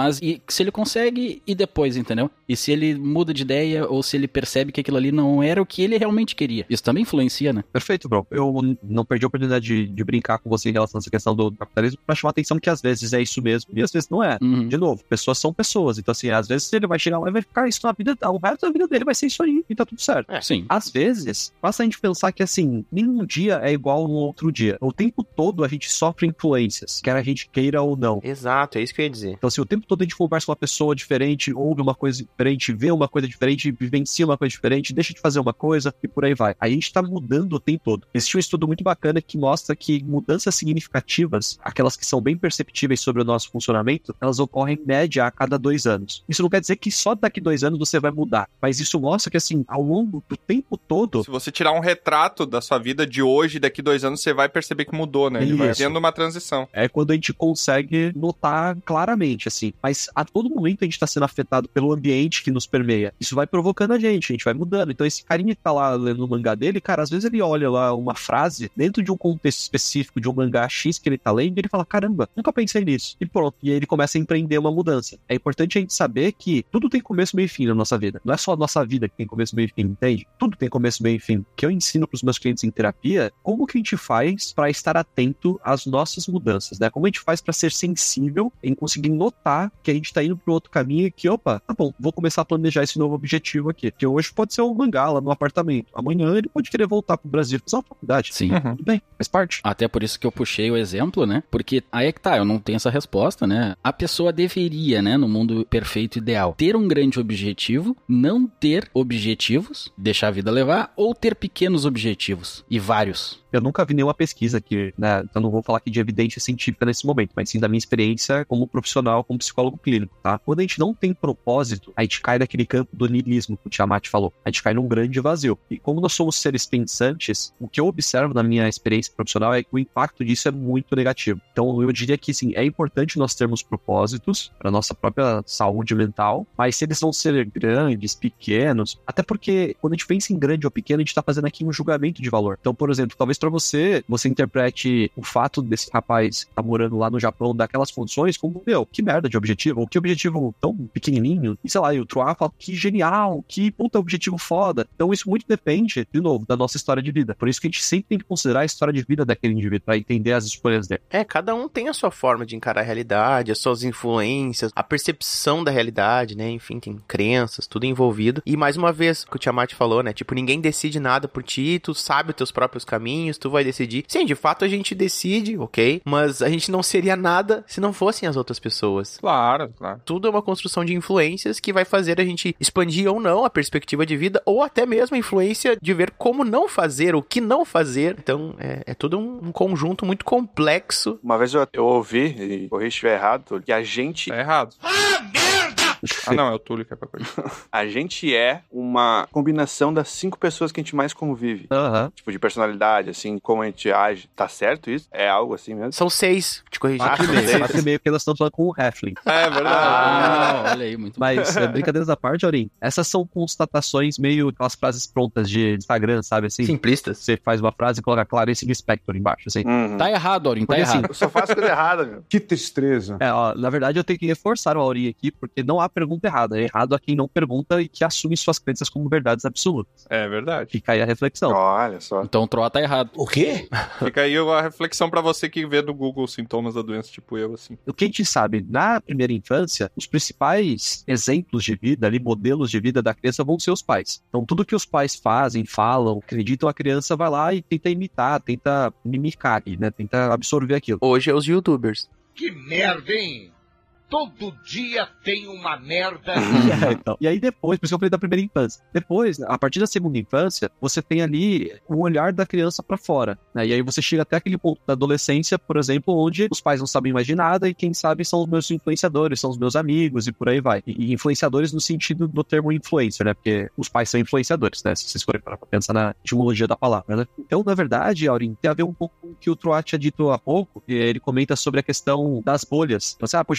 Mas e se ele consegue, e depois, entendeu? E se ele muda de ideia, ou se ele percebe que aquilo ali não era o que ele realmente queria. Isso também influencia, né? Perfeito, bro. Eu não perdi a oportunidade de, de brincar com você em relação a essa questão do capitalismo pra chamar a atenção que às vezes é isso mesmo, e às vezes não é. Uhum. De novo, pessoas são pessoas. Então, assim, às vezes ele vai chegar lá e vai ficar isso na vida, o resto da vida dele vai ser isso aí, e tá tudo certo. É, sim. Às vezes, basta a gente pensar que, assim, nenhum dia é igual no outro dia. O tempo todo a gente sofre influências, quer a gente queira ou não. Exato, é isso que eu ia dizer. Então, assim, o tempo todo a gente conversa com uma pessoa diferente, ouve uma coisa diferente, vê uma coisa diferente, vivencia uma coisa diferente, deixa de fazer uma coisa e por aí vai. Aí a gente tá mudando o tempo todo. Existe um estudo muito bacana que mostra que mudanças significativas, aquelas que são bem perceptíveis sobre o nosso funcionamento, elas ocorrem em média a cada dois anos. Isso não quer dizer que só daqui dois anos você vai mudar, mas isso mostra que, assim, ao longo do tempo todo... Se você tirar um retrato da sua vida de hoje, daqui dois anos, você vai perceber que mudou, né? Ele Isso. vai tendo uma transição. É quando a gente consegue notar claramente, assim. Mas a todo momento a gente tá sendo afetado pelo ambiente que nos permeia. Isso vai provocando a gente, a gente vai mudando. Então esse carinha que tá lá lendo o mangá dele, cara, às vezes ele olha lá uma frase dentro de um contexto específico de um mangá X que ele tá lendo e ele fala, caramba, nunca pensei nisso. E pronto. E aí ele começa a empreender uma mudança. É importante a gente saber que tudo tem começo, meio e fim na nossa vida. Não é só a nossa vida que tem começo, meio e fim, entende? Tudo tem começo, meio e fim. O que eu ensino pros meus clientes em terapia, como que a gente faz pra estar atento às nossas mudanças, né? Como a gente faz pra ser sensível em conseguir notar que a gente tá indo pro outro caminho e que, opa, tá bom, vou começar a planejar esse novo objetivo aqui. Que hoje pode ser um mangá lá no apartamento. Amanhã ele pode querer voltar pro Brasil fazer uma faculdade. Sim. Tudo bem, faz parte. Até por isso que eu puxei o exemplo, né? Porque aí é que tá, eu não tenho essa resposta, né? A pessoa deveria, né, no mundo perfeito ideal, ter um grande objetivo, não ter objetivos, deixar a vida levar, ou ter pequenos objetivos, e vários. Eu nunca vi nenhuma pesquisa que, né, então não vou falar aqui de evidência científica nesse momento, mas sim da minha experiência como profissional, como psicólogo clínico, tá? Quando a gente não tem propósito, a gente cai naquele campo do niilismo que o Tiamat falou. A gente cai num grande vazio. E como nós somos seres pensantes, o que eu observo na minha experiência profissional é que o impacto disso é muito negativo. Então eu diria que, sim, é importante nós termos propósitos para nossa própria saúde mental, mas se eles vão ser grandes, pequenos, até porque quando a gente pensa em grande ou pequeno, a gente tá fazendo aqui um julgamento de valor. Então, por exemplo, talvez pra você, você interprete o fato desse rapaz tá morando lá no Japão daquelas condições como, meu, que merda de objetivo, ou que objetivo tão pequenininho, e sei lá, e o Troá fala, que genial, que puta objetivo foda. Então isso muito depende, de novo, da nossa história de vida. Por isso que a gente sempre tem que considerar a história de vida daquele indivíduo, pra entender as escolhas dele. É, cada um tem a sua forma de encarar a realidade, as suas influências, a percepção da realidade, né, enfim, tem crenças, tudo envolvido. E mais uma vez, o que o Tiamat falou, né, tipo, ninguém decide nada por ti, tu sabe os teus próprios caminhos, tu vai decidir. Sim, de fato a gente decide, ok? Mas a gente não seria nada se não fossem as outras pessoas. Claro, claro. Tudo é uma construção de influências que vai fazer a gente expandir ou não a perspectiva de vida, ou até mesmo a influência de ver como não fazer, o que não fazer. Então, é, é tudo um, um conjunto muito complexo. Uma vez eu, eu ouvi, e corri se estiver errado, que a gente... Tá errado. Ah, merda! Ah, não, é o Túlio que é pra coisa. A gente é uma combinação das cinco pessoas que a gente mais convive. Aham. Tipo, de personalidade, assim, como a gente age. Tá certo isso? É algo assim mesmo? São seis, te corrigir. Ah, Quatro e meio, quatro e meio, porque nós estamos falando com o Heflin. É verdade. Ah, olha aí, muito Mas, é, brincadeiras à parte, Aurim, essas são constatações meio aquelas frases prontas de Instagram, sabe assim? Simplistas. Você faz uma frase e coloca Clarice Lispector embaixo, assim. Uhum. Tá errado, Aurim, tá Porque, assim, errado. Eu só faço coisa errada, meu. Que tristeza. É, ó, na verdade eu tenho que reforçar o Aurim aqui, porque não há pergunta errada. É errado a quem não pergunta e que assume suas crenças como verdades absolutas. É verdade. Fica aí a reflexão. Olha só. Então o Troá tá errado. O quê? Fica aí a reflexão pra você que vê no Google sintomas da doença, tipo eu, assim. O que a gente sabe, na primeira infância, os principais exemplos de vida, ali, modelos de vida da criança vão ser os pais. Então, tudo que os pais fazem, falam, acreditam, a criança vai lá e tenta imitar, tenta mimicar, né? Tenta absorver aquilo. Hoje é os youtubers. Que merda, hein? Todo dia tem uma merda. É, então. E aí depois, por isso que eu falei da primeira infância. Depois, a partir da segunda infância, você tem ali o olhar da criança pra fora, né? E aí você chega até aquele ponto da adolescência, por exemplo, onde os pais não sabem mais de nada e quem sabe são os meus influenciadores, são os meus amigos e por aí vai. E, e influenciadores no sentido do termo influencer, né? Porque os pais são influenciadores, né? Se vocês forem parar pra pensar na etimologia da palavra, né? Então, na verdade, Aurim, tem a ver um pouco com o que o Troá tinha dito há pouco, e ele comenta sobre a questão das bolhas. Então, assim, ah, poxa, a gente é muito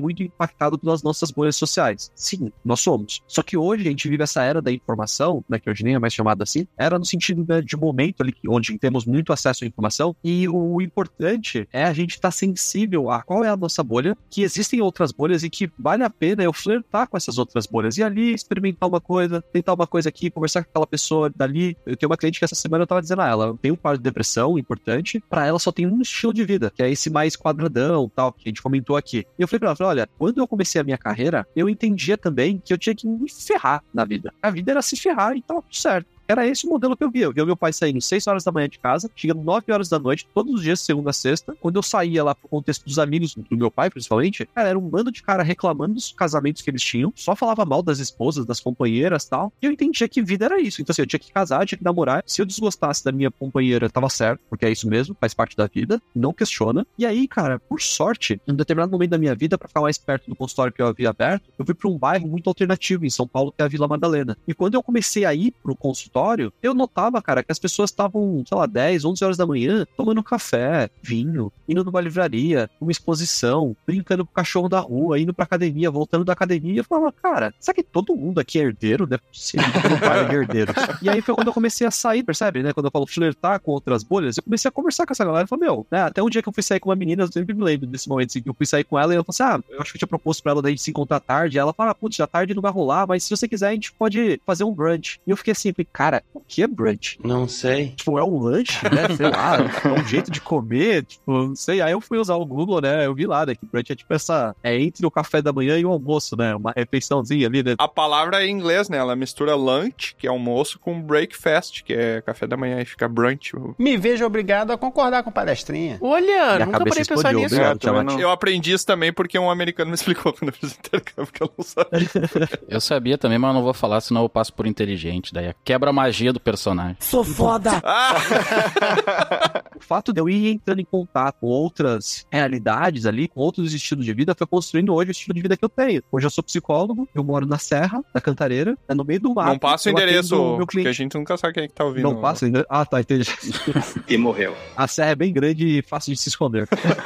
muito impactado pelas nossas bolhas sociais. Sim, nós somos. Só que hoje a gente vive essa era da informação, né, que hoje nem é mais chamada assim, era no sentido, né, de momento ali, onde temos muito acesso à informação, e o importante é a gente estar sensível a qual é a nossa bolha, que existem outras bolhas e que vale a pena eu flertar com essas outras bolhas. E ali, experimentar uma coisa, tentar uma coisa aqui, conversar com aquela pessoa dali. Eu tenho uma cliente que essa semana eu tava dizendo a ela, ela tem um quadro de depressão importante, pra ela só tem um estilo de vida, que é esse mais quadradão, tal, que a gente comentou aqui. E eu falei pra ela, falei, olha, quando eu comecei a minha carreira, eu entendia também que eu tinha que me ferrar na vida. A vida era se ferrar e tava tudo certo. Era esse o modelo que eu via. Eu via meu pai saindo seis horas da manhã de casa, chegando nove horas da noite, todos os dias, segunda a sexta. Quando eu saía lá pro contexto dos amigos, do meu pai, principalmente, cara, era um bando de cara reclamando dos casamentos que eles tinham, só falava mal das esposas, das companheiras e tal. E eu entendia que vida era isso. Então, assim, eu tinha que casar, eu tinha que namorar. Se eu desgostasse da minha companheira, tava certo, porque é isso mesmo, faz parte da vida, não questiona. E aí, cara, por sorte, em um determinado momento da minha vida, pra ficar mais perto do consultório que eu havia aberto, eu fui pra um bairro muito alternativo em São Paulo, que é a Vila Madalena. E quando eu comecei a ir pro consultório, eu notava, cara, que as pessoas estavam, sei lá, dez, onze horas da manhã, tomando café, vinho, indo numa livraria, numa exposição, brincando com o cachorro da rua, indo pra academia, voltando da academia. Eu falava, cara, será que todo mundo aqui é herdeiro? Não é possível que não vai é herdeiro. E aí foi quando eu comecei a sair, percebe, né? Quando eu falo flertar com outras bolhas, eu comecei a conversar com essa galera e falei, meu, né? Até um dia que eu fui sair com uma menina, eu sempre me lembro desse momento, assim, que eu fui sair com ela e eu falei assim, ah, eu acho que eu tinha proposto pra ela da gente se encontrar tarde, e ela fala, putz, já tarde não vai rolar, mas se você quiser a gente pode fazer um brunch. E eu fiquei assim, falei, cara, o que é brunch? Não sei. Tipo, é um lanche, né? Sei lá, é um jeito de comer, tipo, não sei. Aí eu fui usar o Google, né? Eu vi lá, né? Que brunch é tipo essa... É entre o café da manhã e o almoço, né? Uma refeiçãozinha ali, né? A palavra é em inglês, né? Ela mistura lunch, que é almoço, com breakfast, que é café da manhã, e fica brunch. Me vejo obrigado a concordar com palestrinha. Olha, nunca parei de pensar nisso. É, eu, não... eu aprendi isso também porque um americano me explicou quando eu fiz intercâmbio, que eu não sabia. Eu sabia também, mas eu não vou falar, senão eu passo por inteligente. Daí quebra a magia do personagem. Sou foda! Ah! O fato de eu ir entrando em contato com outras realidades ali, com outros estilos de vida, foi construindo hoje o estilo de vida que eu tenho. Hoje eu sou psicólogo, eu moro na Serra, da Cantareira, é no meio do mar. Não passa o endereço, porque a gente nunca sabe quem é que tá ouvindo. Não passa o endereço? Ah, tá, entendi. E morreu. A Serra é bem grande e fácil de se esconder.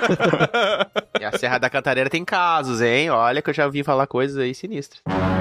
E a Serra da Cantareira tem casos, hein? Olha que eu já ouvi falar coisas aí sinistras.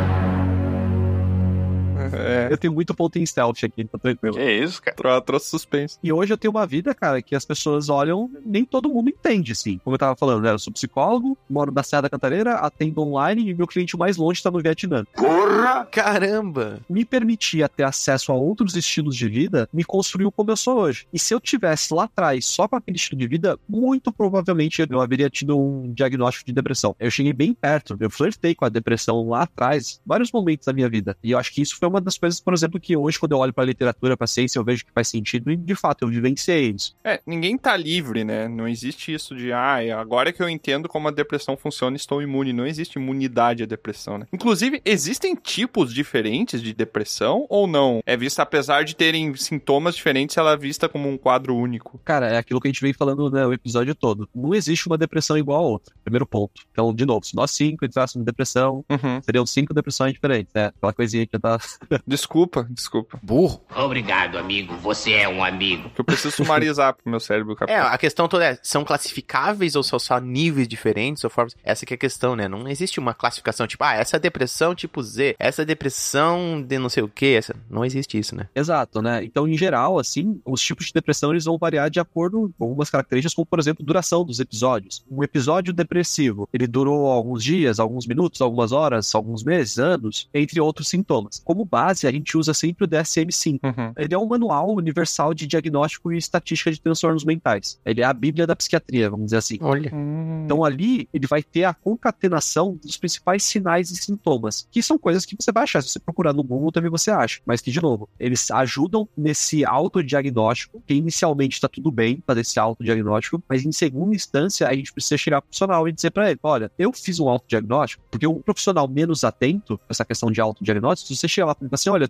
É. Eu tenho muito ponto em stealth aqui, tá tranquilo. Que isso, cara? Trouxe suspense. E hoje eu tenho uma vida, cara, que as pessoas olham, nem todo mundo entende, assim. Como eu tava falando, né? Eu sou psicólogo, moro na Serra da Cantareira, atendo online e meu cliente mais longe tá no Vietnã. Porra! Caramba! Me permitia ter acesso a outros estilos de vida, me construiu como eu sou hoje. E se eu tivesse lá atrás só com aquele estilo de vida, muito provavelmente eu haveria tido um diagnóstico de depressão. Eu cheguei bem perto, eu flertei com a depressão lá atrás, vários momentos da minha vida. E eu acho que isso foi uma das coisas, por exemplo, que hoje, quando eu olho pra literatura, pra ciência, eu vejo que faz sentido e, de fato, eu vivenciei isso. É, ninguém tá livre, né? Não existe isso de, ah, agora que eu entendo como a depressão funciona, estou imune. Não existe imunidade à depressão, né? Inclusive, existem tipos diferentes de depressão ou não? É vista, apesar de terem sintomas diferentes, ela é vista como um quadro único? Cara, é aquilo que a gente vem falando, né, o episódio todo. Não existe uma depressão igual a outra. Primeiro ponto. Então, de novo, se nós cinco entrássemos em depressão, uhum. seriam cinco depressões diferentes, né? Aquela coisinha que já tá... Desculpa, desculpa. Burro. Obrigado, amigo. Você é um amigo. Que eu preciso sumarizar pro meu cérebro. É, a questão toda é, são classificáveis ou são só níveis diferentes ou formas? Essa que é a questão, né? Não existe uma classificação tipo, ah, essa é depressão tipo Z, essa é depressão de não sei o que, essa... Não existe isso, né? Exato, né? Então, em geral, assim, os tipos de depressão, eles vão variar de acordo com algumas características, como, por exemplo, duração dos episódios. Um episódio depressivo, ele durou alguns dias, alguns minutos, algumas horas, alguns meses, anos, entre outros sintomas. Como base, a gente usa sempre o D S M cinco. Uhum. Ele é um manual universal de diagnóstico e estatística de transtornos mentais. Ele é a bíblia da psiquiatria, vamos dizer assim. Olha. Hum. Então ali, ele vai ter a concatenação dos principais sinais e sintomas, que são coisas que você vai achar. Se você procurar no Google, também você acha. Mas que, de novo, eles ajudam nesse autodiagnóstico, que inicialmente está tudo bem fazer esse autodiagnóstico, mas em segunda instância, a gente precisa chegar pro profissional e dizer para ele, olha, eu fiz um autodiagnóstico, porque um profissional menos atento a essa questão de autodiagnóstico, se você chegar lá e falar assim, olha, eu tenho um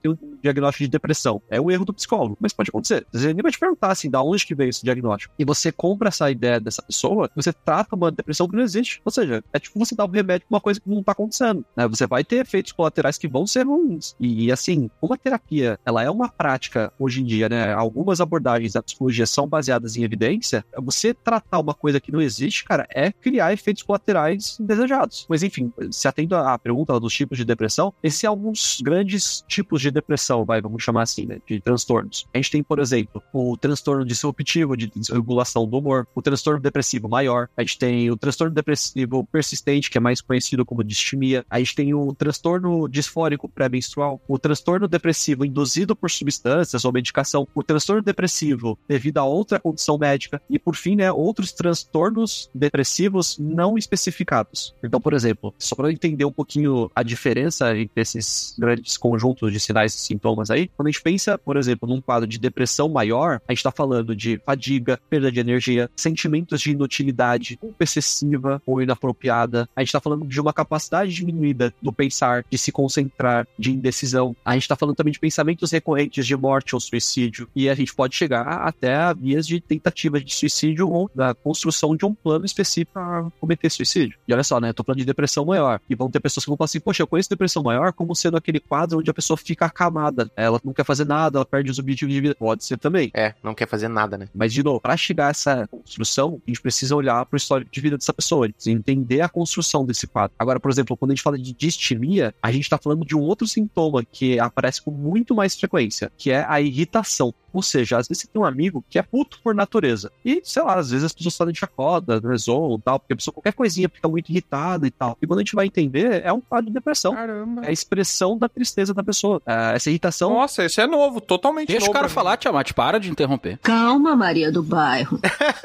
diagnóstico de depressão. É um erro do psicólogo, mas pode acontecer. Às vezes ninguém vai te perguntar, assim, da onde que veio esse diagnóstico. E você compra essa ideia dessa pessoa, você trata uma depressão que não existe. Ou seja, é tipo você dar um remédio pra uma coisa que não tá acontecendo, né? Você vai ter efeitos colaterais que vão ser ruins. E, assim, como a terapia, ela é uma prática hoje em dia, né? Algumas abordagens da psicologia são baseadas em evidência. Você tratar uma coisa que não existe, cara, é criar efeitos colaterais indesejados. Mas, enfim, se atendo à pergunta dos tipos de depressão, esses são alguns grandes tipos de depressão, vai, vamos chamar assim, né? De transtornos. A gente tem, por exemplo, o transtorno dissociativo, de desregulação do humor, o transtorno depressivo maior, a gente tem o transtorno depressivo persistente, que é mais conhecido como distimia, a gente tem o transtorno disfórico pré-menstrual, o transtorno depressivo induzido por substâncias ou medicação, o transtorno depressivo devido a outra condição médica e, por fim, né, outros transtornos depressivos não especificados. Então, por exemplo, só para entender um pouquinho a diferença entre esses grandes conjuntos de sinais e sintomas aí, quando a gente pensa, por exemplo, num quadro de depressão maior, a gente está falando de fadiga, perda de energia, sentimentos de inutilidade, culpa excessiva ou inapropriada. A gente está falando de uma capacidade diminuída do pensar, de se concentrar, de indecisão. A gente está falando também de pensamentos recorrentes de morte ou suicídio. E a gente pode chegar até a vias de tentativa de suicídio ou da construção de um plano específico para cometer suicídio. E olha só, né? Eu tô falando de depressão maior. E vão ter pessoas que vão falar assim, poxa, eu conheço depressão maior como sendo aquele quadro onde a pessoa fica acamada. Ela não quer fazer nada, ela perde os objetivos de vida. Pode ser também. É, não quer fazer nada, né? Mas, de novo, para chegar a essa construção, a gente precisa olhar pro histórico de vida dessa pessoa, entender a construção desse quadro. Agora, por exemplo, quando a gente fala de distimia, a gente tá falando de um outro sintoma que aparece com muito mais frequência, que é a irritação. Ou seja, às vezes você tem um amigo que é puto por natureza. E, sei lá, às vezes as pessoas fazem chacota, né, zoam e tal, porque a pessoa, qualquer coisinha, fica muito irritada e tal. E quando a gente vai entender, é um quadro de depressão. Caramba. É a expressão da tristeza da pessoa. É, essa irritação... Nossa, esse é novo, totalmente Deixa novo. Deixa o cara falar, Tiamat, para de interromper. Calma, Maria do Bairro.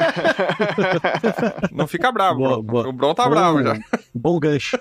Não fica bravo, boa, Bron. Boa. O Bron tá bom, bravo já. Bom gancho.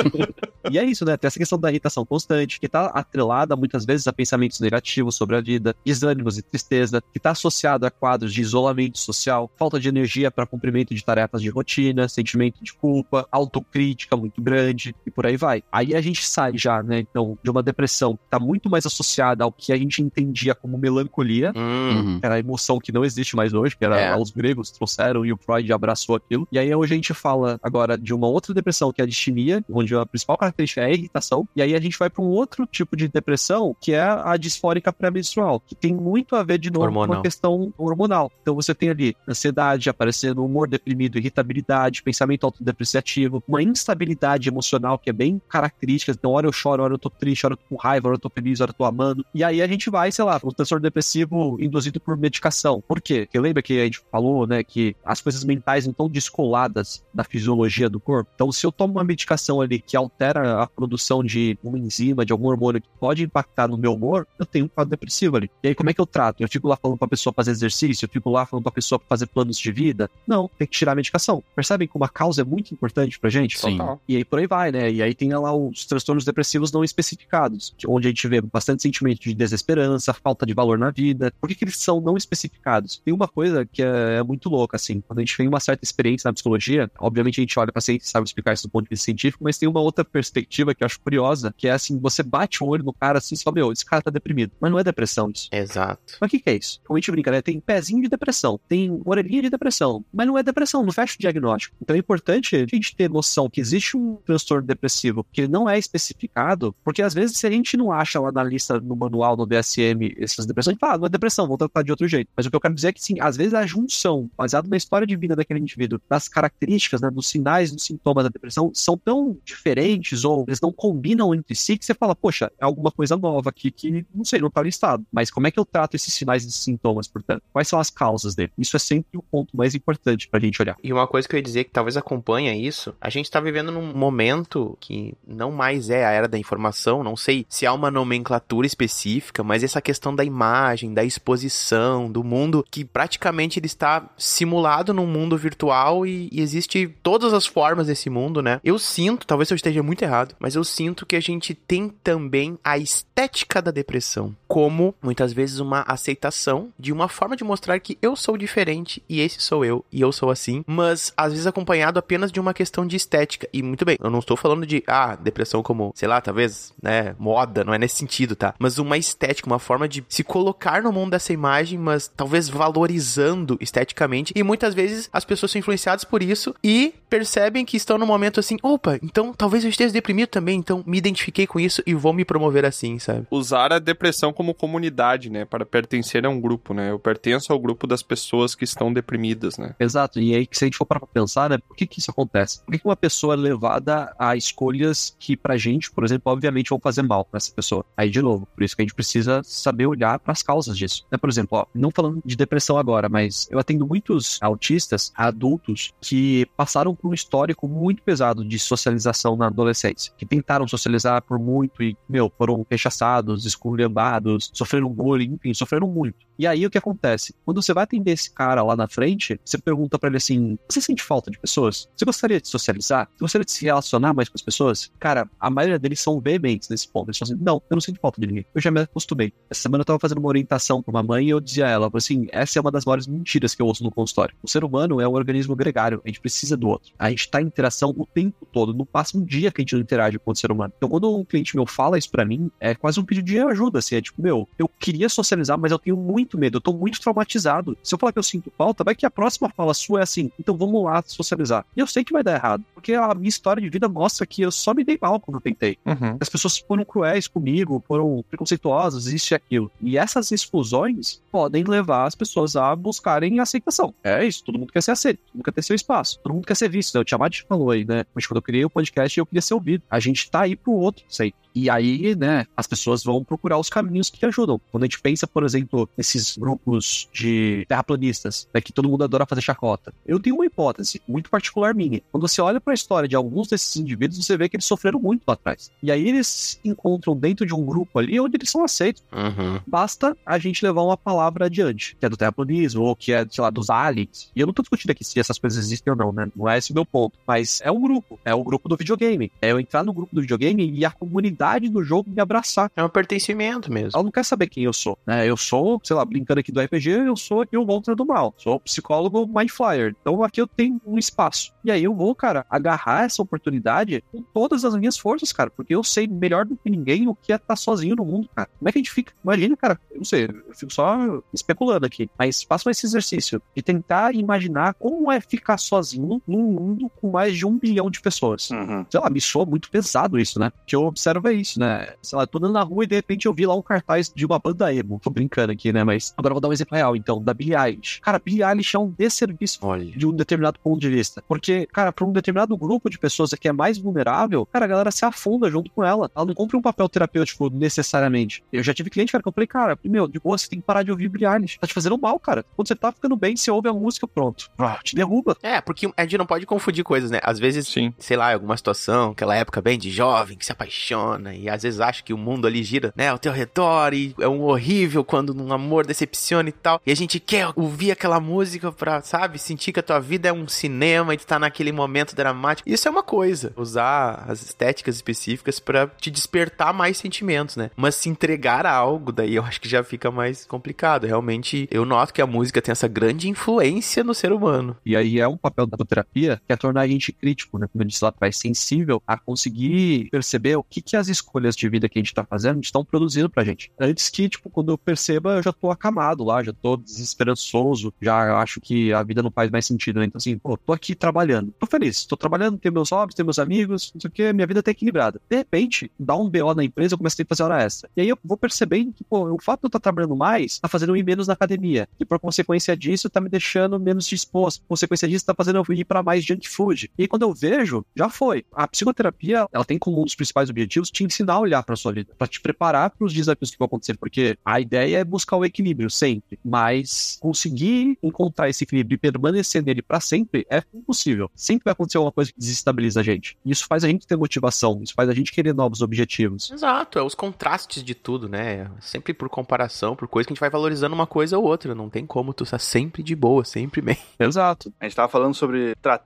E é isso, né? Tem essa questão da irritação constante, que tá atrelada muitas vezes a pensamentos negativos sobre a vida, desânimos e tristeza, que tá associado a quadros de isolamento social, falta de energia para cumprimento de tarefas de rotina, sentimento de culpa, autocrítica muito grande e por aí vai. Aí a gente sai já, né, então, de uma depressão que tá muito mais associada ao que a gente entendia como melancolia, Uhum. era a emoção que não existe mais hoje, que era É. os gregos trouxeram e o Freud abraçou aquilo. E aí hoje a gente fala agora de uma outra depressão, que é a distimia, onde a principal característica é a irritação, e aí a gente vai para um outro tipo de depressão, que é a disfórica pré-menstrual, que tem muito a ver de novo Hormonal. com uma questão hormonal. Então você tem ali ansiedade aparecendo, humor deprimido, irritabilidade, pensamento autodepreciativo, uma instabilidade emocional que é bem característica. Então, hora eu choro, hora eu tô triste, hora eu tô com raiva, hora eu tô feliz, hora eu tô amando. E aí a gente vai, sei lá, para um transtorno depressivo induzido por medicação. Por quê? Porque lembra que a gente falou, né, que as coisas mentais não estão descoladas da fisiologia do corpo. Então, se eu tomo uma medicação ali que altera a produção de uma enzima, de algum hormônio que pode impactar no meu humor, eu tenho um quadro depressivo ali. E aí, como é que eu trato? Eu fico lá falando pra pessoa fazer exercício? Eu fico lá falando pra pessoa fazer planos de vida? Não, tem que tirar a medicação. Percebem como a causa é muito importante pra gente? Sim. Total. E aí por aí vai, né? E aí tem lá os transtornos depressivos não especificados, onde a gente vê bastante sentimento de desesperança, falta de valor na vida. Por que que eles são não especificados? Tem uma coisa que é, é muito louca, assim. Quando a gente tem uma certa experiência na psicologia, obviamente a gente olha pra ciência e sabe explicar isso do ponto de vista científico, mas tem uma outra perspectiva que eu acho curiosa, que é assim, você bate o olho no cara assim e fala, meu, esse cara tá deprimido. Mas não é depressão isso. Exato. Mas o que que é isso? Como a gente brinca, né? Tem pezinho de depressão, tem orelhinha de depressão, mas não é depressão, não fecha o diagnóstico. Então é importante a gente ter noção que existe um transtorno depressivo que não é especificado, porque às vezes se a gente não acha lá na lista, no manual, no D S M, essas depressões, a gente fala, ah, não é depressão, vou tratar de outro jeito. Mas o que eu quero dizer é que sim, às vezes a junção, baseado na história de vida daquele indivíduo, das características, né, dos sinais, dos sintomas da depressão, são tão diferentes ou eles não combinam entre si que você fala, poxa, é alguma coisa nova aqui que, não sei, não tá listado. Mas como é que eu trato esses sinais e esses sintomas, portanto? Quais são as causas dele? Isso é sempre o ponto mais importante pra gente olhar. E uma coisa que eu ia dizer que talvez acompanha isso, a gente tá vivendo num momento que não mais é a era da informação, não sei se há uma nomenclatura específica, mas essa questão da imagem, da exposição, do mundo, que praticamente ele está simulado num mundo virtual e, e existe todas as formas desse mundo mundo, né? Eu sinto, talvez eu esteja muito errado, mas eu sinto que a gente tem também a estética da depressão, como muitas vezes uma aceitação de uma forma de mostrar que eu sou diferente e esse sou eu e eu sou assim, mas às vezes acompanhado apenas de uma questão de estética. E muito bem, eu não estou falando de, ah, depressão como, sei lá, talvez, né, moda, não é nesse sentido, tá? Mas uma estética, uma forma de se colocar no mundo dessa imagem, mas talvez valorizando esteticamente. E muitas vezes as pessoas são influenciadas por isso e percebem que estão num momento assim, opa, então talvez eu esteja deprimido também, então me identifiquei com isso e vou me promover assim, sabe? Usar a depressão como comunidade, né, para pertencer a um grupo, né? Eu pertenço ao grupo das pessoas que estão deprimidas, né? Exato, e aí se a gente for para pensar, né, por que que isso acontece? Por que que uma pessoa é levada a escolhas que pra gente, por exemplo, obviamente vão fazer mal pra essa pessoa? Aí, de novo, por isso que a gente precisa saber olhar pras causas disso. Né? Por exemplo, ó, não falando de depressão agora, mas eu atendo muitos autistas, adultos, que passaram por um histórico muito pesado de socialização na adolescência, que tentaram socializar por muito e, meu, foram rechaçados, esculhambados, sofreram bullying, enfim, sofreram muito. E aí, o que acontece? Quando você vai atender esse cara lá na frente, você pergunta pra ele assim, você sente falta de pessoas? Você gostaria de socializar? Você gostaria de se relacionar mais com as pessoas? Cara, a maioria deles são veementes nesse ponto. Eles falam assim, não, eu não sinto falta de ninguém. Eu já me acostumei. Essa semana eu tava fazendo uma orientação pra uma mãe e eu dizia a ela, assim, essa é uma das maiores mentiras que eu ouço no consultório. O ser humano é um organismo gregário, a gente precisa do outro. A gente tá em interação o tempo todo, não passa um dia que a gente não interage com o ser humano. Então, quando um cliente meu fala isso pra mim, é quase um pedido de ajuda, assim, é tipo, meu, eu queria socializar, mas eu tenho muito medo, eu tô muito traumatizado. Se eu falar que eu sinto falta, vai que a próxima fala sua é assim, então vamos lá socializar. E eu sei que vai dar errado, porque a minha história de vida mostra que eu só me dei mal quando eu tentei. Uhum. As pessoas foram cruéis comigo, foram preconceituosas, isso e aquilo. E essas exclusões podem levar as pessoas a buscarem aceitação. É isso, todo mundo quer ser aceito, todo mundo quer ter seu espaço, todo mundo quer ser visto, né? O Tiamat falou aí, né? Mas quando eu criei o podcast, eu queria ser ouvido. A gente tá aí pro outro, sei. E aí, né, as pessoas vão procurar os caminhos que ajudam. Quando a gente pensa, por exemplo, nesses grupos de terraplanistas, né, que todo mundo adora fazer chacota. Eu tenho uma hipótese muito particular minha. Quando você olha para a história de alguns desses indivíduos, você vê que eles sofreram muito lá atrás. E aí eles se encontram dentro de um grupo ali onde eles são aceitos. Uhum. Basta a gente levar uma palavra adiante, que é do terraplanismo, ou que é, sei lá, dos aliens. E eu não tô discutindo aqui se essas coisas existem ou não, né? Não é esse o meu ponto. Mas é um grupo. É o grupo do videogame. É eu entrar no grupo do videogame e a comunidade do jogo me abraçar. É um pertencimento mesmo. Ela não quer saber quem eu sou, né? Eu sou, sei lá, brincando aqui do R P G, eu sou aqui o Monstro do Mal. Sou o psicólogo Mind Flyer. Então aqui eu tenho um espaço. E aí eu vou, cara, agarrar essa oportunidade com todas as minhas forças, cara, porque eu sei melhor do que ninguém o que é estar sozinho no mundo, cara. Como é que a gente fica? Imagina, cara, eu não sei, eu fico só especulando aqui, mas façam esse exercício de tentar imaginar como é ficar sozinho num mundo com mais de um bilhão de pessoas. Uhum. Sei lá, me soa muito pesado isso, né? Que eu observo é isso, né? Sei lá, tô andando na rua e de repente eu vi lá um cartaz de uma banda emo. Tô brincando aqui, né? Mas agora eu vou dar um exemplo real, então, da Billie Eilish. Cara, Billie Eilish é um desserviço Olha. de um determinado ponto de vista. Porque, cara, pra um determinado grupo de pessoas que é mais vulnerável, cara, a galera se afunda junto com ela. Ela não compra um papel terapêutico necessariamente. Eu já tive cliente, cara, que eu falei, cara, meu, de boa, você tem que parar de ouvir Billie Eilish. Tá te fazendo mal, cara. Quando você tá ficando bem, você ouve a música, pronto. Ah, te derruba. É, porque a gente não pode confundir coisas, né? Às vezes, Sim. sei lá, alguma situação, aquela época bem de jovem, que se apaixona e às vezes acha que o mundo ali gira, né, ao teu redor e é um horrível quando um amor decepciona e tal. E a gente quer ouvir aquela música pra, sabe, sentir que a tua vida é um cinema e tu tá naquele momento dramático. Isso é uma coisa. Usar as estéticas específicas pra te despertar mais sentimentos, né? Mas se entregar a algo, daí eu acho que já fica mais complicado. Realmente, eu noto que a música tem essa grande influência no ser humano. E aí é um papel da terapia que é tornar a gente crítico, né? Como eu disse lá atrás, sensível a conseguir perceber o que que as escolhas de vida que a gente tá fazendo estão produzindo pra gente. Antes que, tipo, quando eu perceba, eu já tô acamado lá, já tô desesperançoso, já acho que a vida não faz mais sentido, né? Então assim, pô, tô aqui trabalhando, tô feliz, tô trabalhando, tenho meus hobbies, tenho meus amigos, não sei o que, minha vida tá equilibrada. De repente, dá um B O na empresa, eu começo a ter que fazer hora extra. E aí eu vou percebendo que, pô, o fato de eu estar trabalhando mais, tá fazendo eu ir menos na academia. E por consequência disso, tá me deixando menos disposto. Por consequência disso, tá fazendo eu ir pra mais junk food. E aí quando eu vejo, já foi. A psicoterapia, ela tem como um dos principais objetivos te ensinar a olhar pra sua vida, pra te preparar pros desafios que vão acontecer, porque a ideia é buscar o equilíbrio sempre, mas conseguir encontrar esse equilíbrio e permanecer nele pra sempre é impossível. Sempre vai acontecer alguma coisa que desestabiliza a gente. E isso faz a gente ter motivação, isso faz a gente querer novos objetivos. Exato, é os contrastes de tudo, né? Sempre por comparação, por coisa que a gente vai valorizando uma coisa ou outra. Não tem como tu estar sempre de boa, sempre bem. Exato. A gente tava falando sobre tratar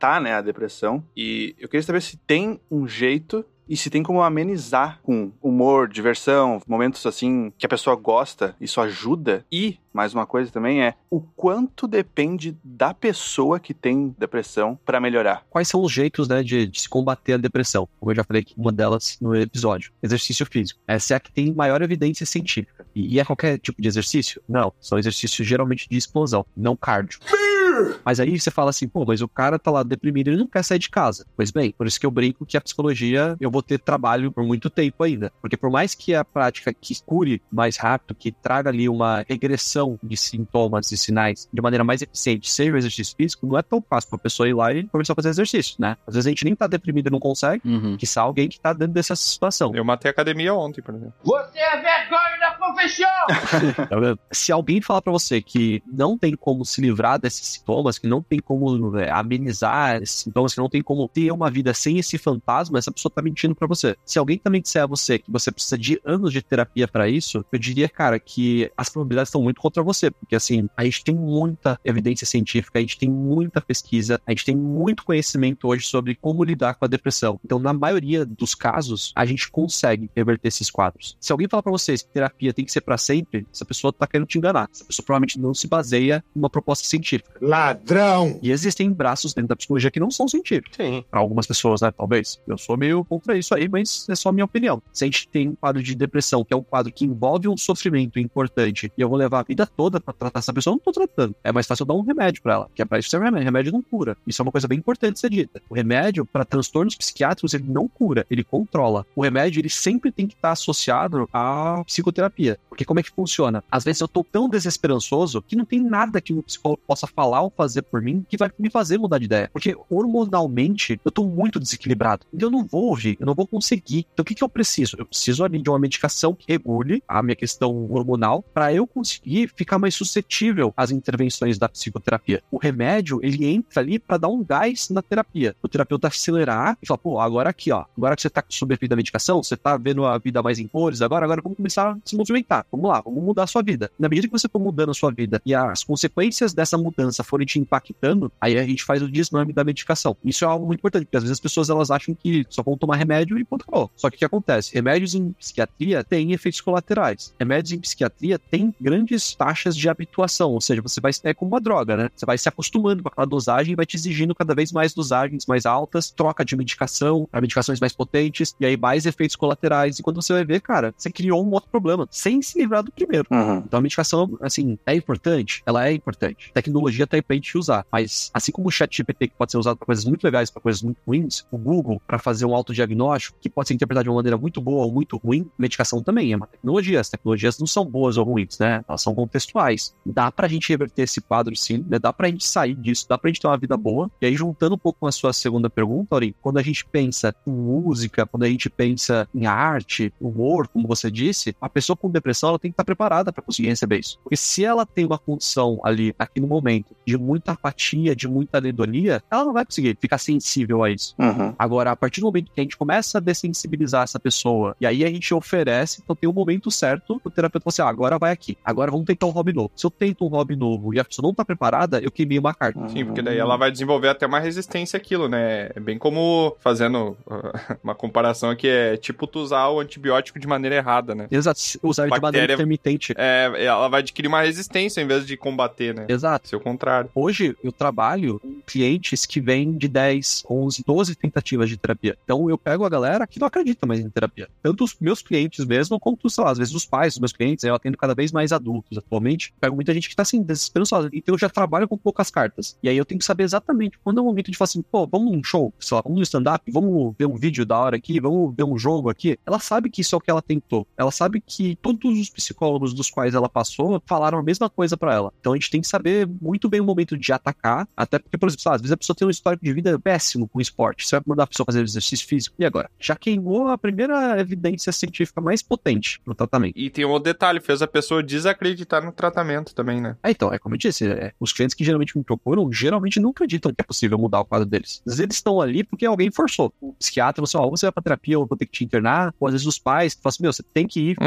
tratar, né, a depressão. E eu queria saber se tem um jeito e se tem como amenizar com humor, diversão, momentos assim que a pessoa gosta, isso ajuda. E, mais uma coisa também é, o quanto depende da pessoa que tem depressão pra melhorar. Quais são os jeitos, né, de, de se combater a depressão? Como eu já falei aqui, uma delas no episódio. Exercício físico. Essa é a que tem maior evidência científica. E, e é qualquer tipo de exercício? Não. São exercícios geralmente de explosão, não cardio. Mas aí você fala assim, pô, mas o cara tá lá deprimido, ele não quer sair de casa. Pois bem, por isso que eu brinco que a psicologia, eu vou ter trabalho por muito tempo ainda. Porque por mais que a prática que cure mais rápido, que traga ali uma regressão de sintomas e sinais de maneira mais eficiente, seja o exercício físico, não é tão fácil pra pessoa ir lá e começar a fazer exercício, né? Às vezes a gente nem tá deprimido e não consegue, Uhum. quiçá alguém que tá dentro dessa situação. Eu matei a academia ontem, por exemplo. Você é vergonha da profissão! Tá vendo? Se alguém falar pra você que não tem como se livrar desses sintomas, que não tem como é, amenizar esses sintomas, que não tem como ter uma vida sem esse fantasma, essa pessoa tá mentindo pra você. Se alguém também disser a você que você precisa de anos de terapia pra isso, eu diria, cara, que as probabilidades estão muito contra você, porque assim, a gente tem muita evidência científica, a gente tem muita pesquisa, a gente tem muito conhecimento hoje sobre como lidar com a depressão. Então, na maioria dos casos, a gente consegue reverter esses quadros. Se alguém falar pra vocês que terapia tem que ser pra sempre, essa pessoa tá querendo te enganar. Essa pessoa provavelmente não se baseia em uma proposta científica. Ladrão! E existem braços dentro da psicologia que não são científicos. Sim. Pra algumas pessoas, né? Talvez. Eu sou meio contra isso aí, mas é só a minha opinião. Se a gente tem um quadro de depressão, que é um quadro que envolve um sofrimento importante, e eu vou levar a vida toda pra tratar essa pessoa, eu não tô tratando. É mais fácil eu dar um remédio pra ela, que é pra isso ser remédio. Remédio não cura. Isso é uma coisa bem importante de ser dita. O remédio, pra transtornos psiquiátricos, ele não cura, ele controla. O remédio, ele sempre tem que estar associado à psicoterapia. Porque como é que funciona? Às vezes eu tô tão desesperançoso que não tem nada que um psicólogo possa falar ou fazer por mim que vai me fazer mudar de ideia. Porque hormonalmente eu tô muito desequilibrado. Então eu não vou ouvir, eu não vou conseguir. Então o que que eu preciso? Eu preciso ali de uma medicação que regule a minha questão hormonal para eu conseguir ficar mais suscetível às intervenções da psicoterapia. O remédio, ele entra ali para dar um gás na terapia. O terapeuta acelerar e falar, pô, agora aqui, ó. Agora que você tá sob efeito da medicação, você tá vendo a vida mais em cores, agora, agora vamos começar a se movimentar. Vamos lá, vamos mudar a sua vida. Na medida que você for mudando a sua vida e as consequências dessa mudança forem te impactando, aí a gente faz o desmame da medicação. Isso é algo muito importante, porque às vezes as pessoas elas acham que só vão tomar remédio e ponto, acabou. Só que o que acontece? Remédios em psiquiatria têm efeitos colaterais. Remédios em psiquiatria têm grandes taxas de habituação, ou seja, você vai, é como uma droga, né? Você vai se acostumando com aquela dosagem e vai te exigindo cada vez mais dosagens mais altas, troca de medicação, para medicações mais potentes, e aí mais efeitos colaterais. E quando você vai ver, cara, você criou um outro problema, sem se livrar do primeiro. Uhum. Então a medicação, assim, é importante? Ela é importante. A tecnologia tá aí pra gente usar, mas assim como o ChatGPT, que pode ser usado para coisas muito legais, para coisas muito ruins, o Google, para fazer um autodiagnóstico, que pode ser interpretado de uma maneira muito boa ou muito ruim, medicação também é uma tecnologia. As tecnologias não são boas ou ruins, né? Elas são contextuais. Dá pra gente reverter esse quadro, sim, né? Dá pra gente sair disso, dá pra gente ter uma vida boa. E aí, juntando um pouco com a sua segunda pergunta, Aurim, quando a gente pensa em música, quando a gente pensa em arte, humor, como você disse, a pessoa com depressão, ela tem que estar preparada para conseguir receber isso. Porque se ela tem uma condição ali, aqui no momento, de muita apatia, de muita anedonia, ela não vai conseguir ficar sensível a isso. Uhum. Agora, a partir do momento que a gente começa a dessensibilizar essa pessoa, e aí a gente oferece, então tem um momento certo, o terapeuta fala assim, ah, agora vai aqui, agora vamos tentar um hobby novo. Se eu tento um hobby novo e a pessoa não tá preparada, eu queimei uma carta. Sim, porque daí ela vai desenvolver até uma resistência àquilo, né? É bem como, fazendo uh, uma comparação aqui, é tipo tu usar o antibiótico de maneira errada, né? Exato, usar de maneira intermitente. É, ela vai adquirir uma resistência em vez de combater, né? Exato. Seu contrário. Hoje, eu trabalho com clientes que vêm de dez, onze, doze tentativas de terapia. Então, eu pego a galera que não acredita mais em terapia. Tanto os meus clientes mesmo, quanto, sei lá, às vezes os pais dos meus clientes. Eu atendo cada vez mais adultos atualmente. Pego muita gente que tá, assim, desesperançosa. Então, eu já trabalho com poucas cartas. E aí, eu tenho que saber exatamente quando é o momento de falar assim, pô, vamos num show, sei lá, vamos no stand-up, vamos ver um vídeo da hora aqui, vamos ver um jogo aqui. Ela sabe que isso é o que ela tentou. Ela sabe que todos os psicólogos dos quais ela passou falaram a mesma coisa pra ela. Então, a gente tem que saber muito bem o momento de atacar, até porque, por exemplo, às vezes a pessoa tem um histórico de vida péssimo com esporte. Você vai mandar a pessoa fazer exercício físico. E agora? Já queimou a primeira evidência científica mais potente no tratamento. E tem um outro detalhe, fez a pessoa desacreditar no tratamento também, né? É, então, é como eu disse, é, os clientes que geralmente me procuram, geralmente não acreditam que é possível mudar o quadro deles. Às vezes eles estão ali porque alguém forçou. O psiquiatra, você, ó, você vai pra terapia, ou vou ter que te internar, ou às vezes os pais falam assim, meu, você tem que ir, uhum. vai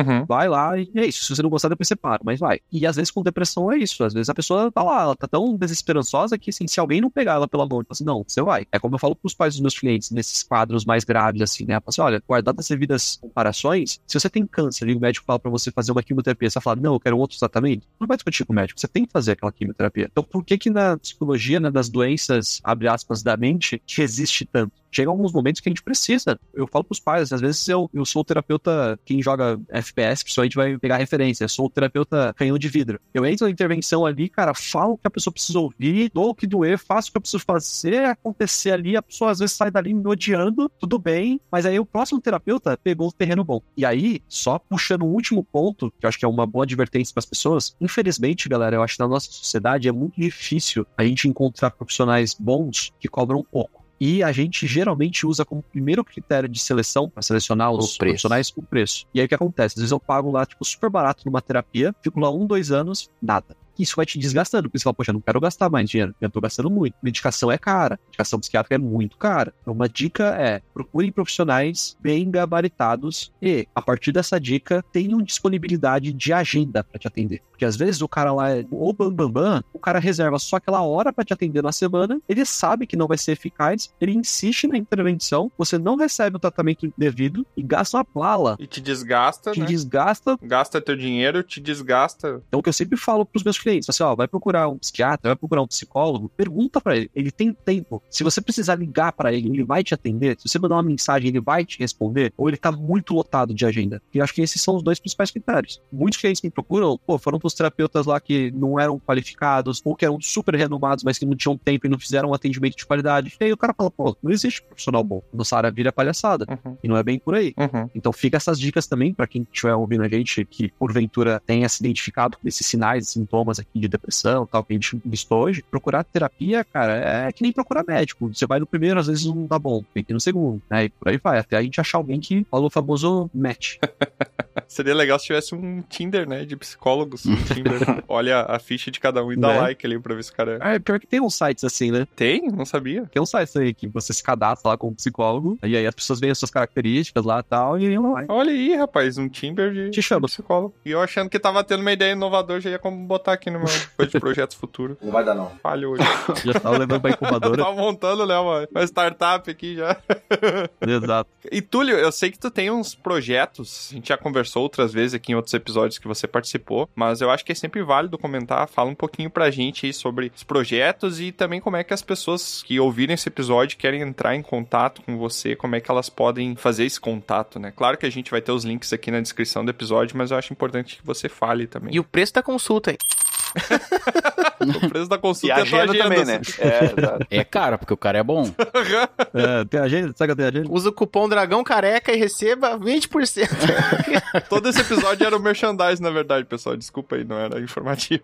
vai lá e é isso. Se você não gostar, depois você para, mas vai. E às vezes com depressão é isso. Às vezes a pessoa tá lá, ela tá tão desesperançosa que, assim, se alguém não pegar ela pela mão, assim, não, você vai. É como eu falo pros pais dos meus clientes, nesses quadros mais graves, assim, né? Eu falo assim, olha, guardado as devidas comparações, se você tem câncer e o médico fala pra você fazer uma quimioterapia, você fala, não, eu quero um outro tratamento, não vai discutir com o médico, você tem que fazer aquela quimioterapia. Então, por que que na psicologia, né, das doenças, abre aspas, da mente, que existe tanto? Chega alguns momentos que a gente precisa. Eu falo pros pais, às vezes eu, eu sou o terapeuta, quem joga F P S, principalmente vai pegar referência, eu sou o terapeuta canhão de vidro. Eu entro na intervenção ali, cara, falo o que a pessoa precisa ouvir, dou o que doer, faço o que eu preciso fazer, acontecer ali, a pessoa às vezes sai dali me odiando, tudo bem, mas aí o próximo terapeuta pegou o terreno bom. E aí, só puxando um último ponto, que eu acho que é uma boa advertência para as pessoas, infelizmente, galera, eu acho que na nossa sociedade é muito difícil a gente encontrar profissionais bons que cobram pouco. E a gente geralmente usa como primeiro critério de seleção, para selecionar os profissionais, o preço. E aí o que acontece? Às vezes eu pago lá, tipo, super barato numa terapia, fico lá um, dois anos, nada. Isso vai te desgastando, porque você fala, poxa, não quero gastar mais dinheiro, eu tô gastando muito. Medicação é cara, medicação psiquiátrica é muito cara. Então, uma dica é, procurem profissionais bem gabaritados e, a partir dessa dica, tenham disponibilidade de agenda pra te atender. Porque às vezes o cara lá é o bam, bam, bam, o cara reserva só aquela hora pra te atender na semana, ele sabe que não vai ser eficaz, ele insiste na intervenção, você não recebe o tratamento devido e gasta uma bala. E te desgasta, te né? Te desgasta. Gasta teu dinheiro, te desgasta. Então, o que eu sempre falo pros meus clientes, assim, ó, vai procurar um psiquiatra, vai procurar um psicólogo, pergunta pra ele, ele tem tempo. Se você precisar ligar pra ele, ele vai te atender. Se você mandar uma mensagem, ele vai te responder, ou ele tá muito lotado de agenda. E eu acho que esses são os dois principais critérios. Muitos clientes que me procuram, pô, foram pros terapeutas lá que não eram qualificados, ou que eram super renomados, mas que não tinham tempo e não fizeram um atendimento de qualidade. E aí o cara fala, pô, não existe profissional bom. Nossa área vira palhaçada. Uhum. E não é bem por aí. Uhum. Então fica essas dicas também pra quem estiver ouvindo a gente, que porventura tenha se identificado com esses sinais e sintomas aqui de depressão, tal, que a gente listou hoje. Procurar terapia, cara, é que nem procurar médico. Você vai no primeiro, às vezes não dá bom, tem que ir no segundo, né? E por aí vai, até a gente achar alguém que falou o famoso match. Seria legal se tivesse um Tinder, né, de psicólogos. Um Tinder. Olha a ficha de cada um e dá Né? like ali pra ver se o cara... É, pior que tem uns sites assim, né? Tem? Não sabia. Tem uns sites aí que você se cadastra lá como psicólogo, e aí as pessoas veem as suas características lá e tal, e ela vai. Olha aí, rapaz, um Tinder de, Te chama. de psicólogo. E eu achando que tava tendo uma ideia inovadora, já ia como botar aqui no meu coisa de projetos futuros. Não vai dar, não. Falhou hoje. Já tava levando pra incubadora. Tava montando, né, uma, uma startup aqui já. Exato. E Túlio, eu sei que tu tem uns projetos, a gente já conversou outras vezes aqui em outros episódios que você participou, mas eu acho que é sempre válido comentar, fala um pouquinho pra gente aí sobre os projetos e também como é que as pessoas que ouvirem esse episódio querem entrar em contato com você, como é que elas podem fazer esse contato, né? Claro que a gente vai ter os links aqui na descrição do episódio, mas eu acho importante que você fale também. E o preço da consulta, hein? O preço da consulta E a é tua agenda agenda, também, né? assim. É, exato. É caro, porque o cara é bom. É, tem agenda? Sabe que tem agenda? Usa o cupom Dragão Careca e receba vinte por cento. Todo esse episódio era o merchandise, na verdade, pessoal. Desculpa aí, não era informativo.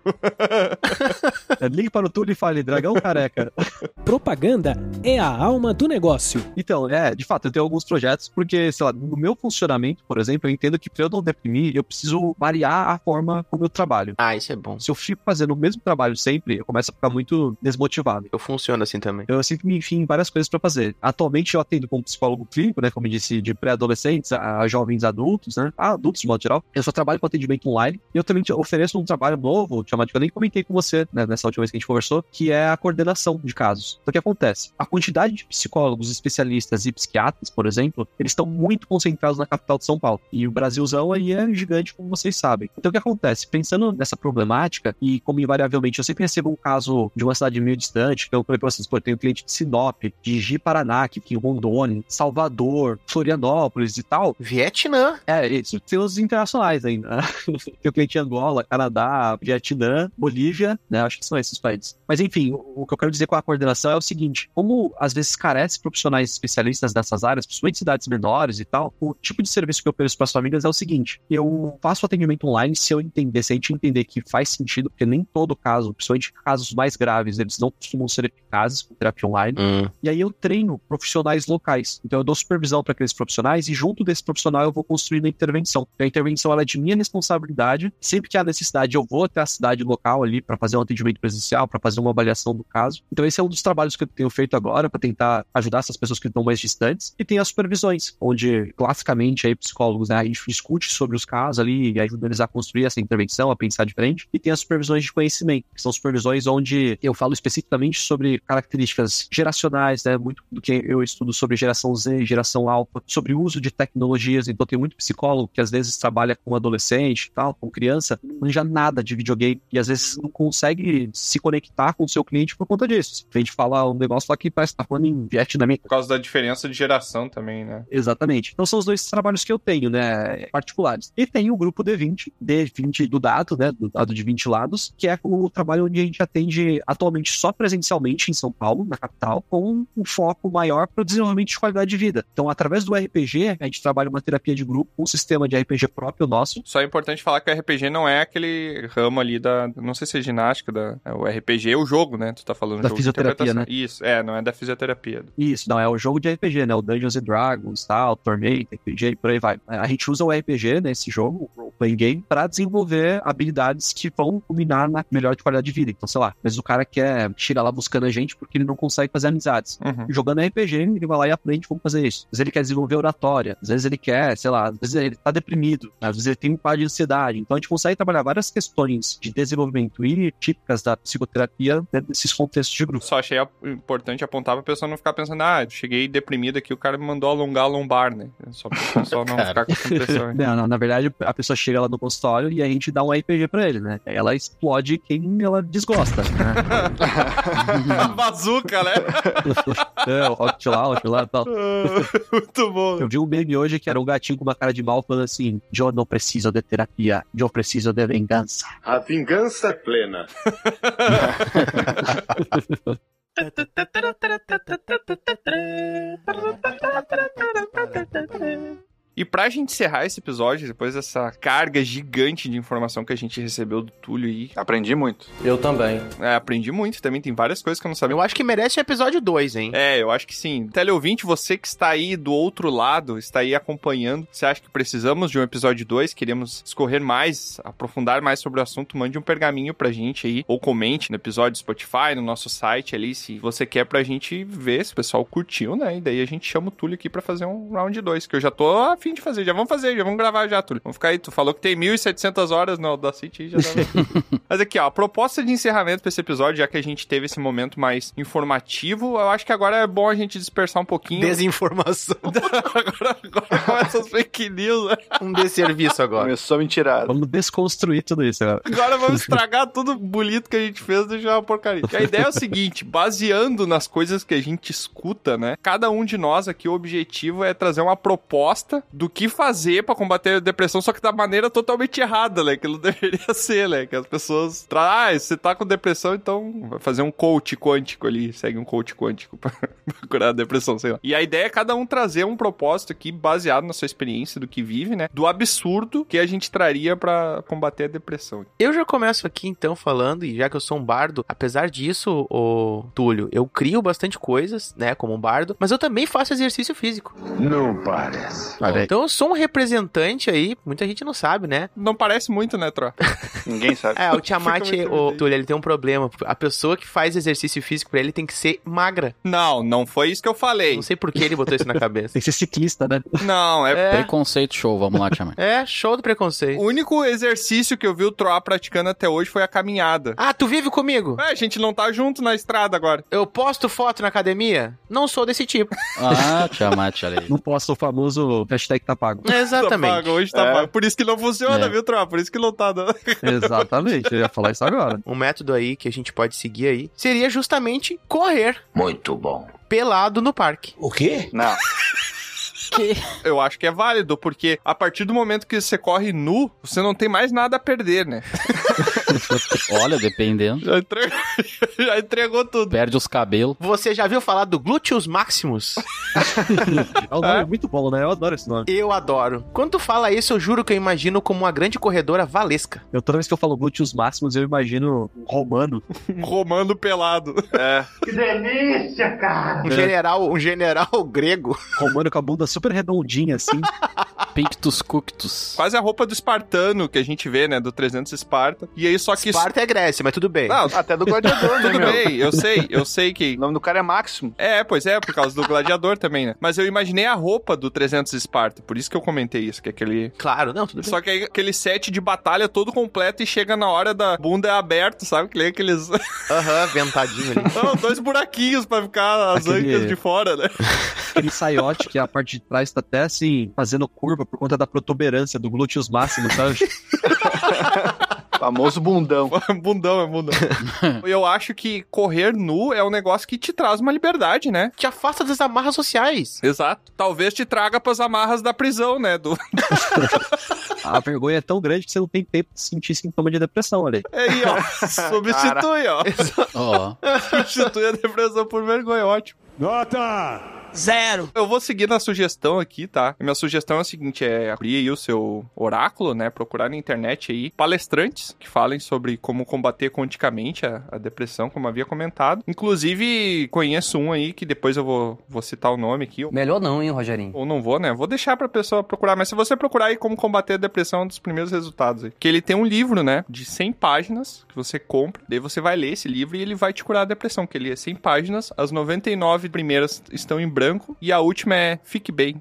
É, ligue para o Túlio e fale, Dragão Careca. Propaganda é a alma do negócio. Então, é, de fato, eu tenho alguns projetos, porque, sei lá, no meu funcionamento, por exemplo, eu entendo que pra eu não deprimir, eu preciso variar a forma como eu trabalho. Ah, isso é bom. Se eu fico fazendo o mesmo trabalho sempre, eu começo a ficar muito desmotivado. Eu funciono assim também. Eu sempre me enfio em várias coisas pra fazer. Atualmente eu atendo como psicólogo clínico, né, como eu disse, de pré-adolescentes a, a jovens adultos, né, a adultos de modo geral. Eu só trabalho com atendimento online e eu também te ofereço um trabalho novo, chamado que eu nem comentei com você, né, nessa última vez que a gente conversou, que é a coordenação de casos. Então o que acontece? A quantidade de psicólogos, especialistas e psiquiatras, por exemplo, eles estão muito concentrados na capital de São Paulo. E o Brasilzão aí é gigante, como vocês sabem. Então o que acontece? Pensando nessa problemática, e como invariavelmente eu sempre recebo um caso de uma cidade meio distante, que eu falei pra vocês, pô, eu tenho cliente de Sinop, de Ji-Paraná, que fica em Rondônia, Salvador, Florianópolis e tal. Vietnã. É, isso. Tem os internacionais ainda. Tem o cliente em Angola, Canadá, Vietnã, Bolívia, né? Acho que são esses países. Mas enfim, o, o que eu quero dizer com a coordenação é o seguinte, como às vezes carece profissionais especialistas dessas áreas, principalmente cidades menores e tal, o tipo de serviço que eu ofereço para as famílias é o seguinte, eu faço atendimento online se eu entender, se a gente entender que faz sentido, porque nem todo caso, principalmente casos mais graves, eles não costumam ser eficazes com terapia online. Hum. E aí eu treino profissionais locais. Então eu dou supervisão para aqueles profissionais e junto desse profissional eu vou construindo a intervenção. A intervenção ela é de minha responsabilidade. Sempre que há necessidade, eu vou até a cidade local ali para fazer um atendimento presencial, para fazer uma avaliação do caso. Então esse é um dos trabalhos que eu tenho feito agora. agora para tentar ajudar essas pessoas que estão mais distantes. E tem as supervisões, onde classicamente aí psicólogos, né, a gente discute sobre os casos ali e ajuda eles a construir essa intervenção, a pensar diferente. E tem as supervisões de conhecimento, que são supervisões onde eu falo especificamente sobre características geracionais, né, muito do que eu estudo sobre geração Z, geração alfa, sobre o uso de tecnologias. Então tem muito psicólogo que às vezes trabalha com adolescente, tal, com criança, não manja nada de videogame e às vezes não consegue se conectar com o seu cliente por conta disso. A gente fala um negócio lá que parece que tá falando em vietnamita. Por causa da diferença de geração também, né? Exatamente. Então são os dois trabalhos que eu tenho, né, particulares. E tem o grupo D vinte, D vinte do dado, né, do dado de vinte lados, que é o trabalho onde a gente atende atualmente só presencialmente em São Paulo, na capital, com um foco maior para o desenvolvimento de qualidade de vida. Então, através do R P G, a gente trabalha uma terapia de grupo, um sistema de R P G próprio nosso. Só é importante falar que o R P G não é aquele ramo ali da, não sei se é ginástica, da, é o R P G é o jogo, né? Tu tá falando da jogo fisioterapia, né? Isso, é, não é da fisioterapia. Isso, não, é o jogo de R P G, né? O Dungeons and Dragons, tal, Tormenta, R P G e por aí vai. A gente usa o R P G nesse jogo, o Role Playing Game, para desenvolver habilidades que vão culminar na melhor de qualidade de vida. Então, sei lá, às vezes o cara quer chegar lá buscando a gente porque ele não consegue fazer amizades. Uhum. Jogando R P G, ele vai lá e aprende como fazer isso. Às vezes ele quer desenvolver oratória, às vezes ele quer, sei lá, às vezes ele tá deprimido, às vezes ele tem um quadro de ansiedade. Então a gente consegue trabalhar várias questões de desenvolvimento e típicas da psicoterapia dentro desses contextos de grupo. Só achei importante apontar pra pessoa não ficar pensando, ah, cheguei deprimido aqui, o cara me mandou alongar a lombar, né? Só pra pessoa não ficar com essa impressão. Não, não, na verdade, a pessoa chega lá no consultório e a gente dá um R P G pra ele, né? Aí ela explode quem ela desgosta, né? A bazuca, né? É, o rock lá, o lá e tal. Muito bom. Eu vi um meme hoje que era um gatinho com uma cara de mal falando assim: eu não preciso de terapia, eu preciso de vingança. A vingança é plena. E pra gente encerrar esse episódio, depois dessa carga gigante de informação que a gente recebeu do Túlio aí... Aprendi muito. Eu também. É, aprendi muito. Também tem várias coisas que eu não sabia. Eu acho que merece o episódio dois, hein? É, eu acho que sim. Teleouvinte, você que está aí do outro lado, está aí acompanhando, você acha que precisamos de um episódio dois, queremos escorrer mais, aprofundar mais sobre o assunto, mande um pergaminho pra gente aí, ou comente no episódio do Spotify, no nosso site ali, se você quer pra gente ver se o pessoal curtiu, né? E daí a gente chama o Túlio aqui pra fazer um round dois, que eu já tô a fim de fazer, já vamos fazer, já vamos gravar já, Túlio. Vamos ficar aí, tu falou que tem mil e setecentas horas no Audacity, já dá. Mas aqui, ó, a proposta de encerramento pra esse episódio, já que a gente teve esse momento mais informativo, eu acho que agora é bom a gente dispersar um pouquinho. Desinformação. agora, agora começa as fake news, né? Um desserviço agora. Começou a mentirar. Vamos desconstruir tudo isso agora. Agora vamos estragar tudo bonito que a gente fez e deixar uma porcaria. E a ideia é o seguinte, baseando nas coisas que a gente escuta, né? Cada um de nós aqui, o objetivo é trazer uma proposta do que fazer pra combater a depressão, só que da maneira totalmente errada, né? Que não deveria ser, né? Que as pessoas... Tra... Ah, você tá com depressão, então vai fazer um coach quântico ali. Segue um coach quântico pra curar a depressão, sei lá. E a ideia é cada um trazer um propósito aqui baseado na sua experiência do que vive, né? Do absurdo que a gente traria pra combater a depressão. Eu já começo aqui, então, falando, e já que eu sou um bardo, apesar disso, ô Túlio, eu crio bastante coisas, né? Como um bardo, mas eu também faço exercício físico. Não parece. Então eu sou um representante aí, muita gente não sabe, né? Não parece muito, né, Tro? Ninguém sabe. É, o Tiamat, o Túlio, ele tem um problema. A pessoa que faz exercício físico pra ele tem que ser magra. Não, não foi isso que eu falei. Não sei por que ele botou isso na cabeça. Tem que ser ciclista, né? Não, é... É. Preconceito show, vamos lá, Tiamat. É, show do preconceito. O único exercício que eu vi o Troá praticando até hoje foi a caminhada. Ah, tu vive comigo? É, a gente não tá junto na estrada agora. Eu posto foto na academia? Não sou desse tipo. Ah, Tiamat, olha aí. Não posso o famoso hashtag tá pago. Exatamente. Tá pago, hoje tá É. pago. Por isso que não funciona, É. viu, Troá? Por isso que não tá dando. Exatamente, eu ia falar isso agora. Um método aí que a gente pode seguir aí seria justamente correr Muito bom. pelado no parque. O quê? Não. Que? Eu acho que é válido, porque a partir do momento que você corre nu, você não tem mais nada a perder, né? Olha, dependendo. Já entregou, já entregou tudo. Perde os cabelos. Você já viu falar do Gluteus Maximus? É um nome muito bom, né? Eu adoro esse nome. Eu adoro. Quando tu fala isso, eu juro que eu imagino como uma grande corredora valesca. Eu, toda vez que eu falo glúteos máximos, eu imagino um romano. Um romano pelado. É. Que delícia, cara! Um general, um general grego. Romano com a bunda super redondinha, assim. Pictus Cuctus. Quase a roupa do espartano que a gente vê, né? Do trezentos Esparta. E aí só que... Esparta é Grécia, mas tudo bem. Não, até do gladiador, né, Tudo meu? bem, eu sei, eu sei que... O nome do cara é Máximo. É, pois é, por causa do gladiador também, né? Mas eu imaginei a roupa do trezentos Esparta, por isso que eu comentei isso, que é aquele... Claro, não, tudo bem. Só que aí aquele set de batalha todo completo e chega na hora da bunda é aberto, sabe? Que nem aqueles... Aham, ventadinho ali. Não, dois buraquinhos pra ficar as Aquele- ancas de fora, né? Aquele saiote que a parte de trás tá até assim, fazendo curva por conta da protuberância do glúteos máximos, sabe? Famoso bundão. Bundão, é bundão. Eu acho que correr nu é um negócio que te traz uma liberdade, né? Te afasta das amarras sociais. Exato. Talvez te traga pras amarras da prisão, né? Do... A vergonha é tão grande que você não tem tempo de sentir sintoma de depressão, olha aí. É aí, ó. Substitui, ó. Ó. Substitui a depressão por vergonha, ótimo. Nota! Zero. Eu vou seguir na sugestão aqui, tá? Minha sugestão é a seguinte, é abrir aí o seu oráculo, né? Procurar na internet aí palestrantes que falem sobre como combater quanticamente a, a depressão, como havia comentado. Inclusive, conheço um aí que depois eu vou, vou citar o nome aqui. Melhor não, hein, Rogerinho? Ou não vou, né? Vou deixar pra pessoa procurar. Mas se você procurar aí como combater a depressão, é um dos primeiros resultados aí. Que ele tem um livro, né? De cem páginas que você compra. Daí você vai ler esse livro e ele vai te curar a depressão. Que ele é cem páginas. As noventa e nove primeiras estão em branco. E a última é Fique Bem.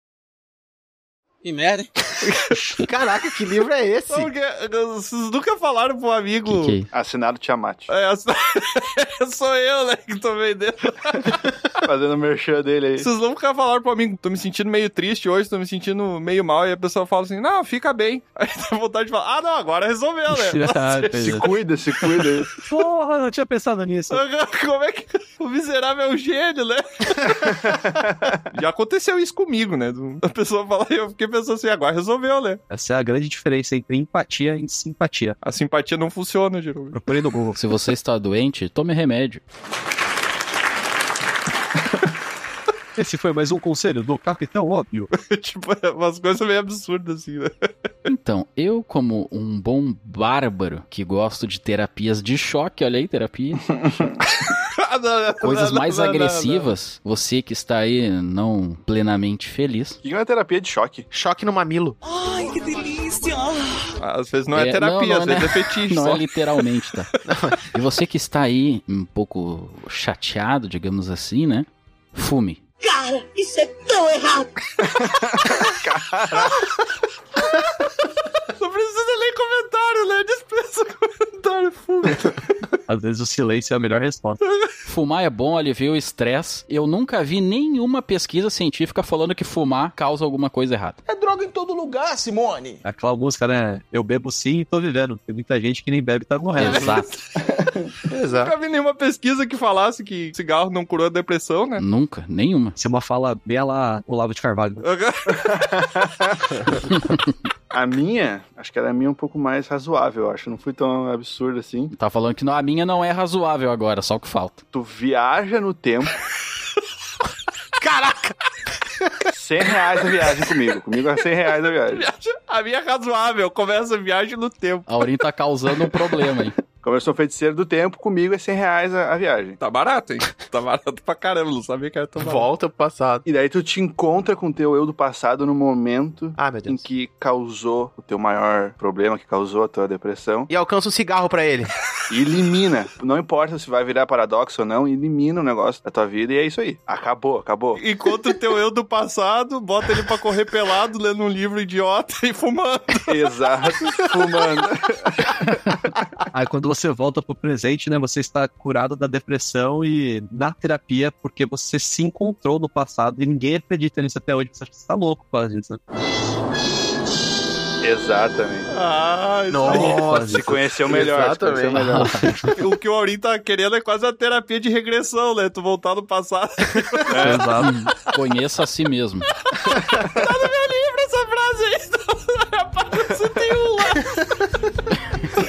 Que merda, hein? Caraca, que livro é esse? Porque vocês nunca falaram pro amigo... Que que é? Assinado Tiamat. É, ass- sou eu, né, que tô vendendo. Fazendo o merchan dele aí. Vocês nunca falaram pro amigo, tô me sentindo meio triste hoje, tô me sentindo meio mal, e a pessoa fala assim, não, fica bem. Aí tem vontade de falar, ah, não, agora resolveu, né? Se cuida, se cuida aí. Porra, não tinha pensado nisso. Como é que o miserável é um gênio, né? Já aconteceu isso comigo, né? A pessoa fala, eu fiquei pensando assim, agora resolveu, né? Essa é a grande diferença entre empatia e simpatia. A simpatia não funciona, geralmente. Procurei no Google. Se você está doente, tome remédio. Esse foi mais um conselho do Capitão Óbvio. Tipo, é umas coisas meio absurdas, assim, né? Então, eu como um bom bárbaro que gosto de terapias de choque, olha aí, terapia... Coisas mais não, não, agressivas, não, não. Você que está aí não plenamente feliz. O que é uma terapia de choque? Choque no mamilo. Ai, que delícia! Às vezes não é, é terapia, não, não, às vezes é, é fetiche. Não só. é literalmente, tá? E você que está aí um pouco chateado, digamos assim, né? Fume. Cara, isso é tão errado! Cara... Não precisa nem comentário, né? Dispensa comentário, fume. Às vezes o silêncio é a melhor resposta. Fumar é bom, alivia o estresse. Eu nunca vi nenhuma pesquisa científica falando que fumar causa alguma coisa errada. É droga em todo lugar, Simone. Aquela música, né? Eu bebo sim e tô vivendo. Tem muita gente que nem bebe e tá morrendo. Exato. Exato. Nunca vi nenhuma pesquisa que falasse que cigarro não curou a depressão, né? Nunca, nenhuma. Isso é uma fala bem lá Olavo de Carvalho. A minha, acho que ela é a minha um pouco mais razoável, eu acho. Não fui tão absurdo assim. Tá falando que não, a minha não é razoável agora, só o que falta. Tu viaja no tempo. Caraca! cem reais a viagem comigo. Comigo é cem reais a viagem. A minha é razoável, começa a viagem no tempo. A Aurim tá causando um problema aí. Como eu sou feiticeiro do tempo, comigo é cem reais a, a viagem. Tá barato, hein? Tá barato pra caramba, não sabia que era tão barato. Volta pro passado. E daí tu te encontra com o teu eu do passado no momento ah, meu Deus. em que causou o teu maior problema, que causou a tua depressão. E alcança um cigarro pra ele. E elimina. Não importa se vai virar paradoxo ou não, elimina o negócio da tua vida e é isso aí. Acabou, acabou. Encontra o teu eu do passado, bota ele pra correr pelado, lendo um livro idiota e fumando. Exato, fumando. Aí quando você volta pro presente, né, você está curado da depressão e na terapia, porque você se encontrou no passado e ninguém acredita nisso até hoje. Você acha que você tá louco por causa disso, né? Exatamente. Ah, nossa, se conheceu melhor. Exatamente. Se conheceu melhor. O que o Aurim tá querendo é quase a terapia de regressão, né? Tu voltar no passado. É. Exato. Conheça a si mesmo. Tá no meu livro essa frase aí. Rapaz, você tem um lá.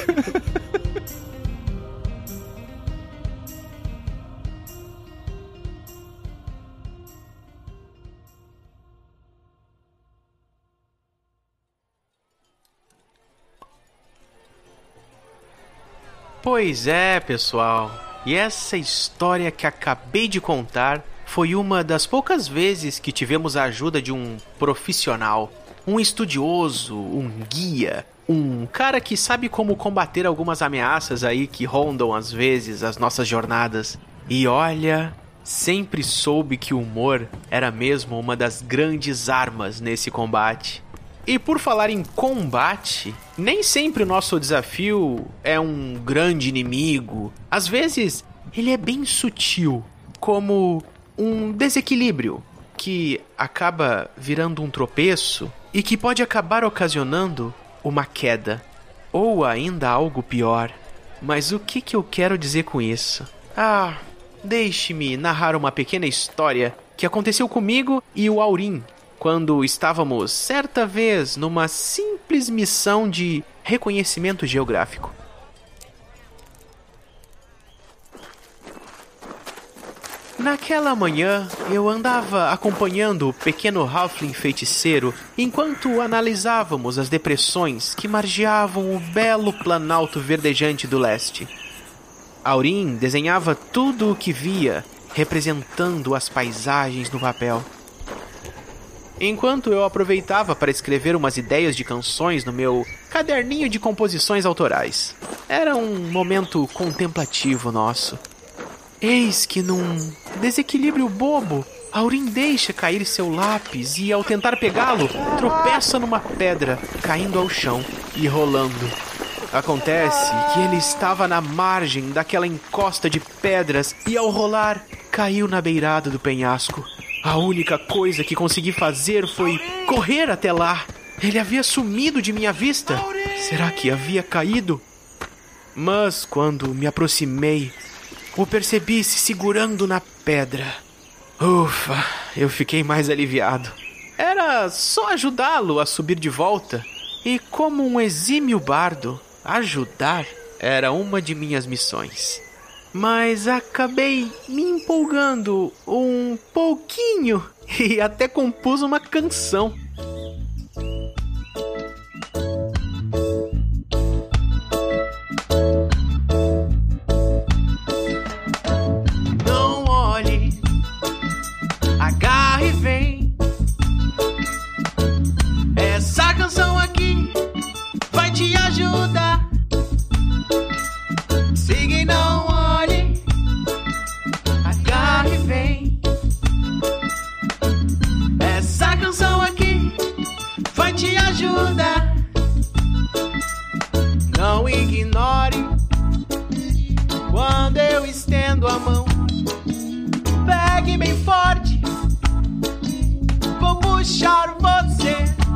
Pois é, pessoal. E essa história que acabei de contar foi uma das poucas vezes que tivemos a ajuda de um profissional. um estudioso, um guia, um cara que sabe como combater algumas ameaças aí que rondam às vezes as nossas jornadas. E olha, sempre soube que o humor era mesmo uma das grandes armas nesse combate. E por falar em combate, nem sempre o nosso desafio é um grande inimigo. Às vezes, ele é bem sutil, como um desequilíbrio que acaba virando um tropeço e que pode acabar ocasionando uma queda, ou ainda algo pior. Mas o que que eu quero dizer com isso? Ah, deixe-me narrar uma pequena história que aconteceu comigo e o Aurim, quando estávamos certa vez numa simples missão de reconhecimento geográfico. Naquela manhã, eu andava acompanhando o pequeno halfling feiticeiro enquanto analisávamos as depressões que margeavam o belo planalto verdejante do leste. Aurim desenhava tudo o que via, representando as paisagens no papel. Enquanto eu aproveitava para escrever umas ideias de canções no meu caderninho de composições autorais. Era um momento contemplativo nosso. Eis que num desequilíbrio bobo, Aurim deixa cair seu lápis e, ao tentar pegá-lo, tropeça numa pedra, caindo ao chão e rolando. Acontece que ele estava na margem daquela encosta de pedras e, ao rolar, caiu na beirada do penhasco. A única coisa que consegui fazer foi correr até lá. Ele havia sumido de minha vista. Será que havia caído? Mas quando me aproximei, o percebi se segurando na pedra. Ufa, eu fiquei mais aliviado. Era só ajudá-lo a subir de volta. E como um exímio bardo, ajudar era uma de minhas missões. Mas acabei me empolgando um pouquinho e até compus uma canção. Não olhe, agarre e vem. Essa canção aqui vai te ajudar. Siga e não olhe, agarre e vem. Essa canção aqui vai te ajudar. Não ignore quando eu estendo a mão. Pegue bem forte, vou puxar você.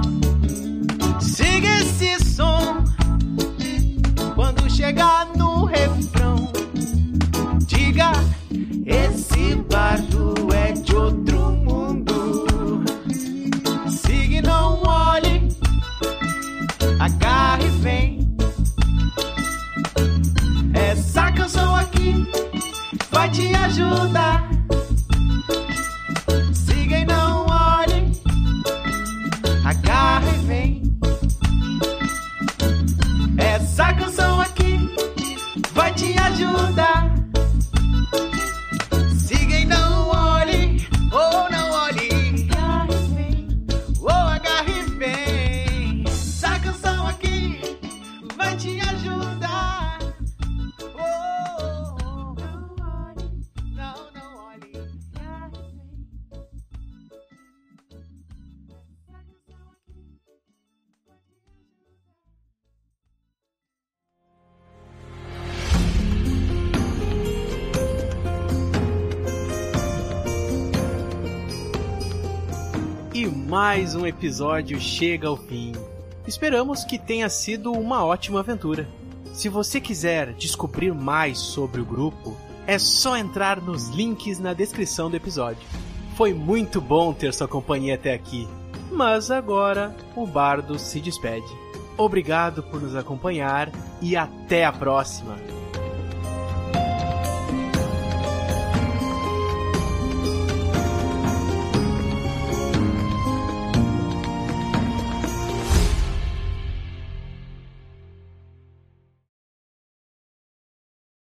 Siga esse som. Quando chegar no refrão, diga: esse bardo é de outro mundo. Siga e não olhe, agarre e vem. Essa canção aqui vai te ajudar. Siga e não olhe, agarre e vem. Essa canção aqui vai te ajudar. Siga e não olhe, ou não olhe, agarre e vem, ou agarre e vem. Essa canção aqui vai te ajudar. Oh, oh, não olhe, não, não olhe, agarre e vem. E mais um episódio chega ao fim. Esperamos que tenha sido uma ótima aventura. Se você quiser descobrir mais sobre o grupo, é só entrar nos links na descrição do episódio. Foi muito bom ter sua companhia até aqui, mas agora o Bardo se despede. Obrigado por nos acompanhar e até a próxima!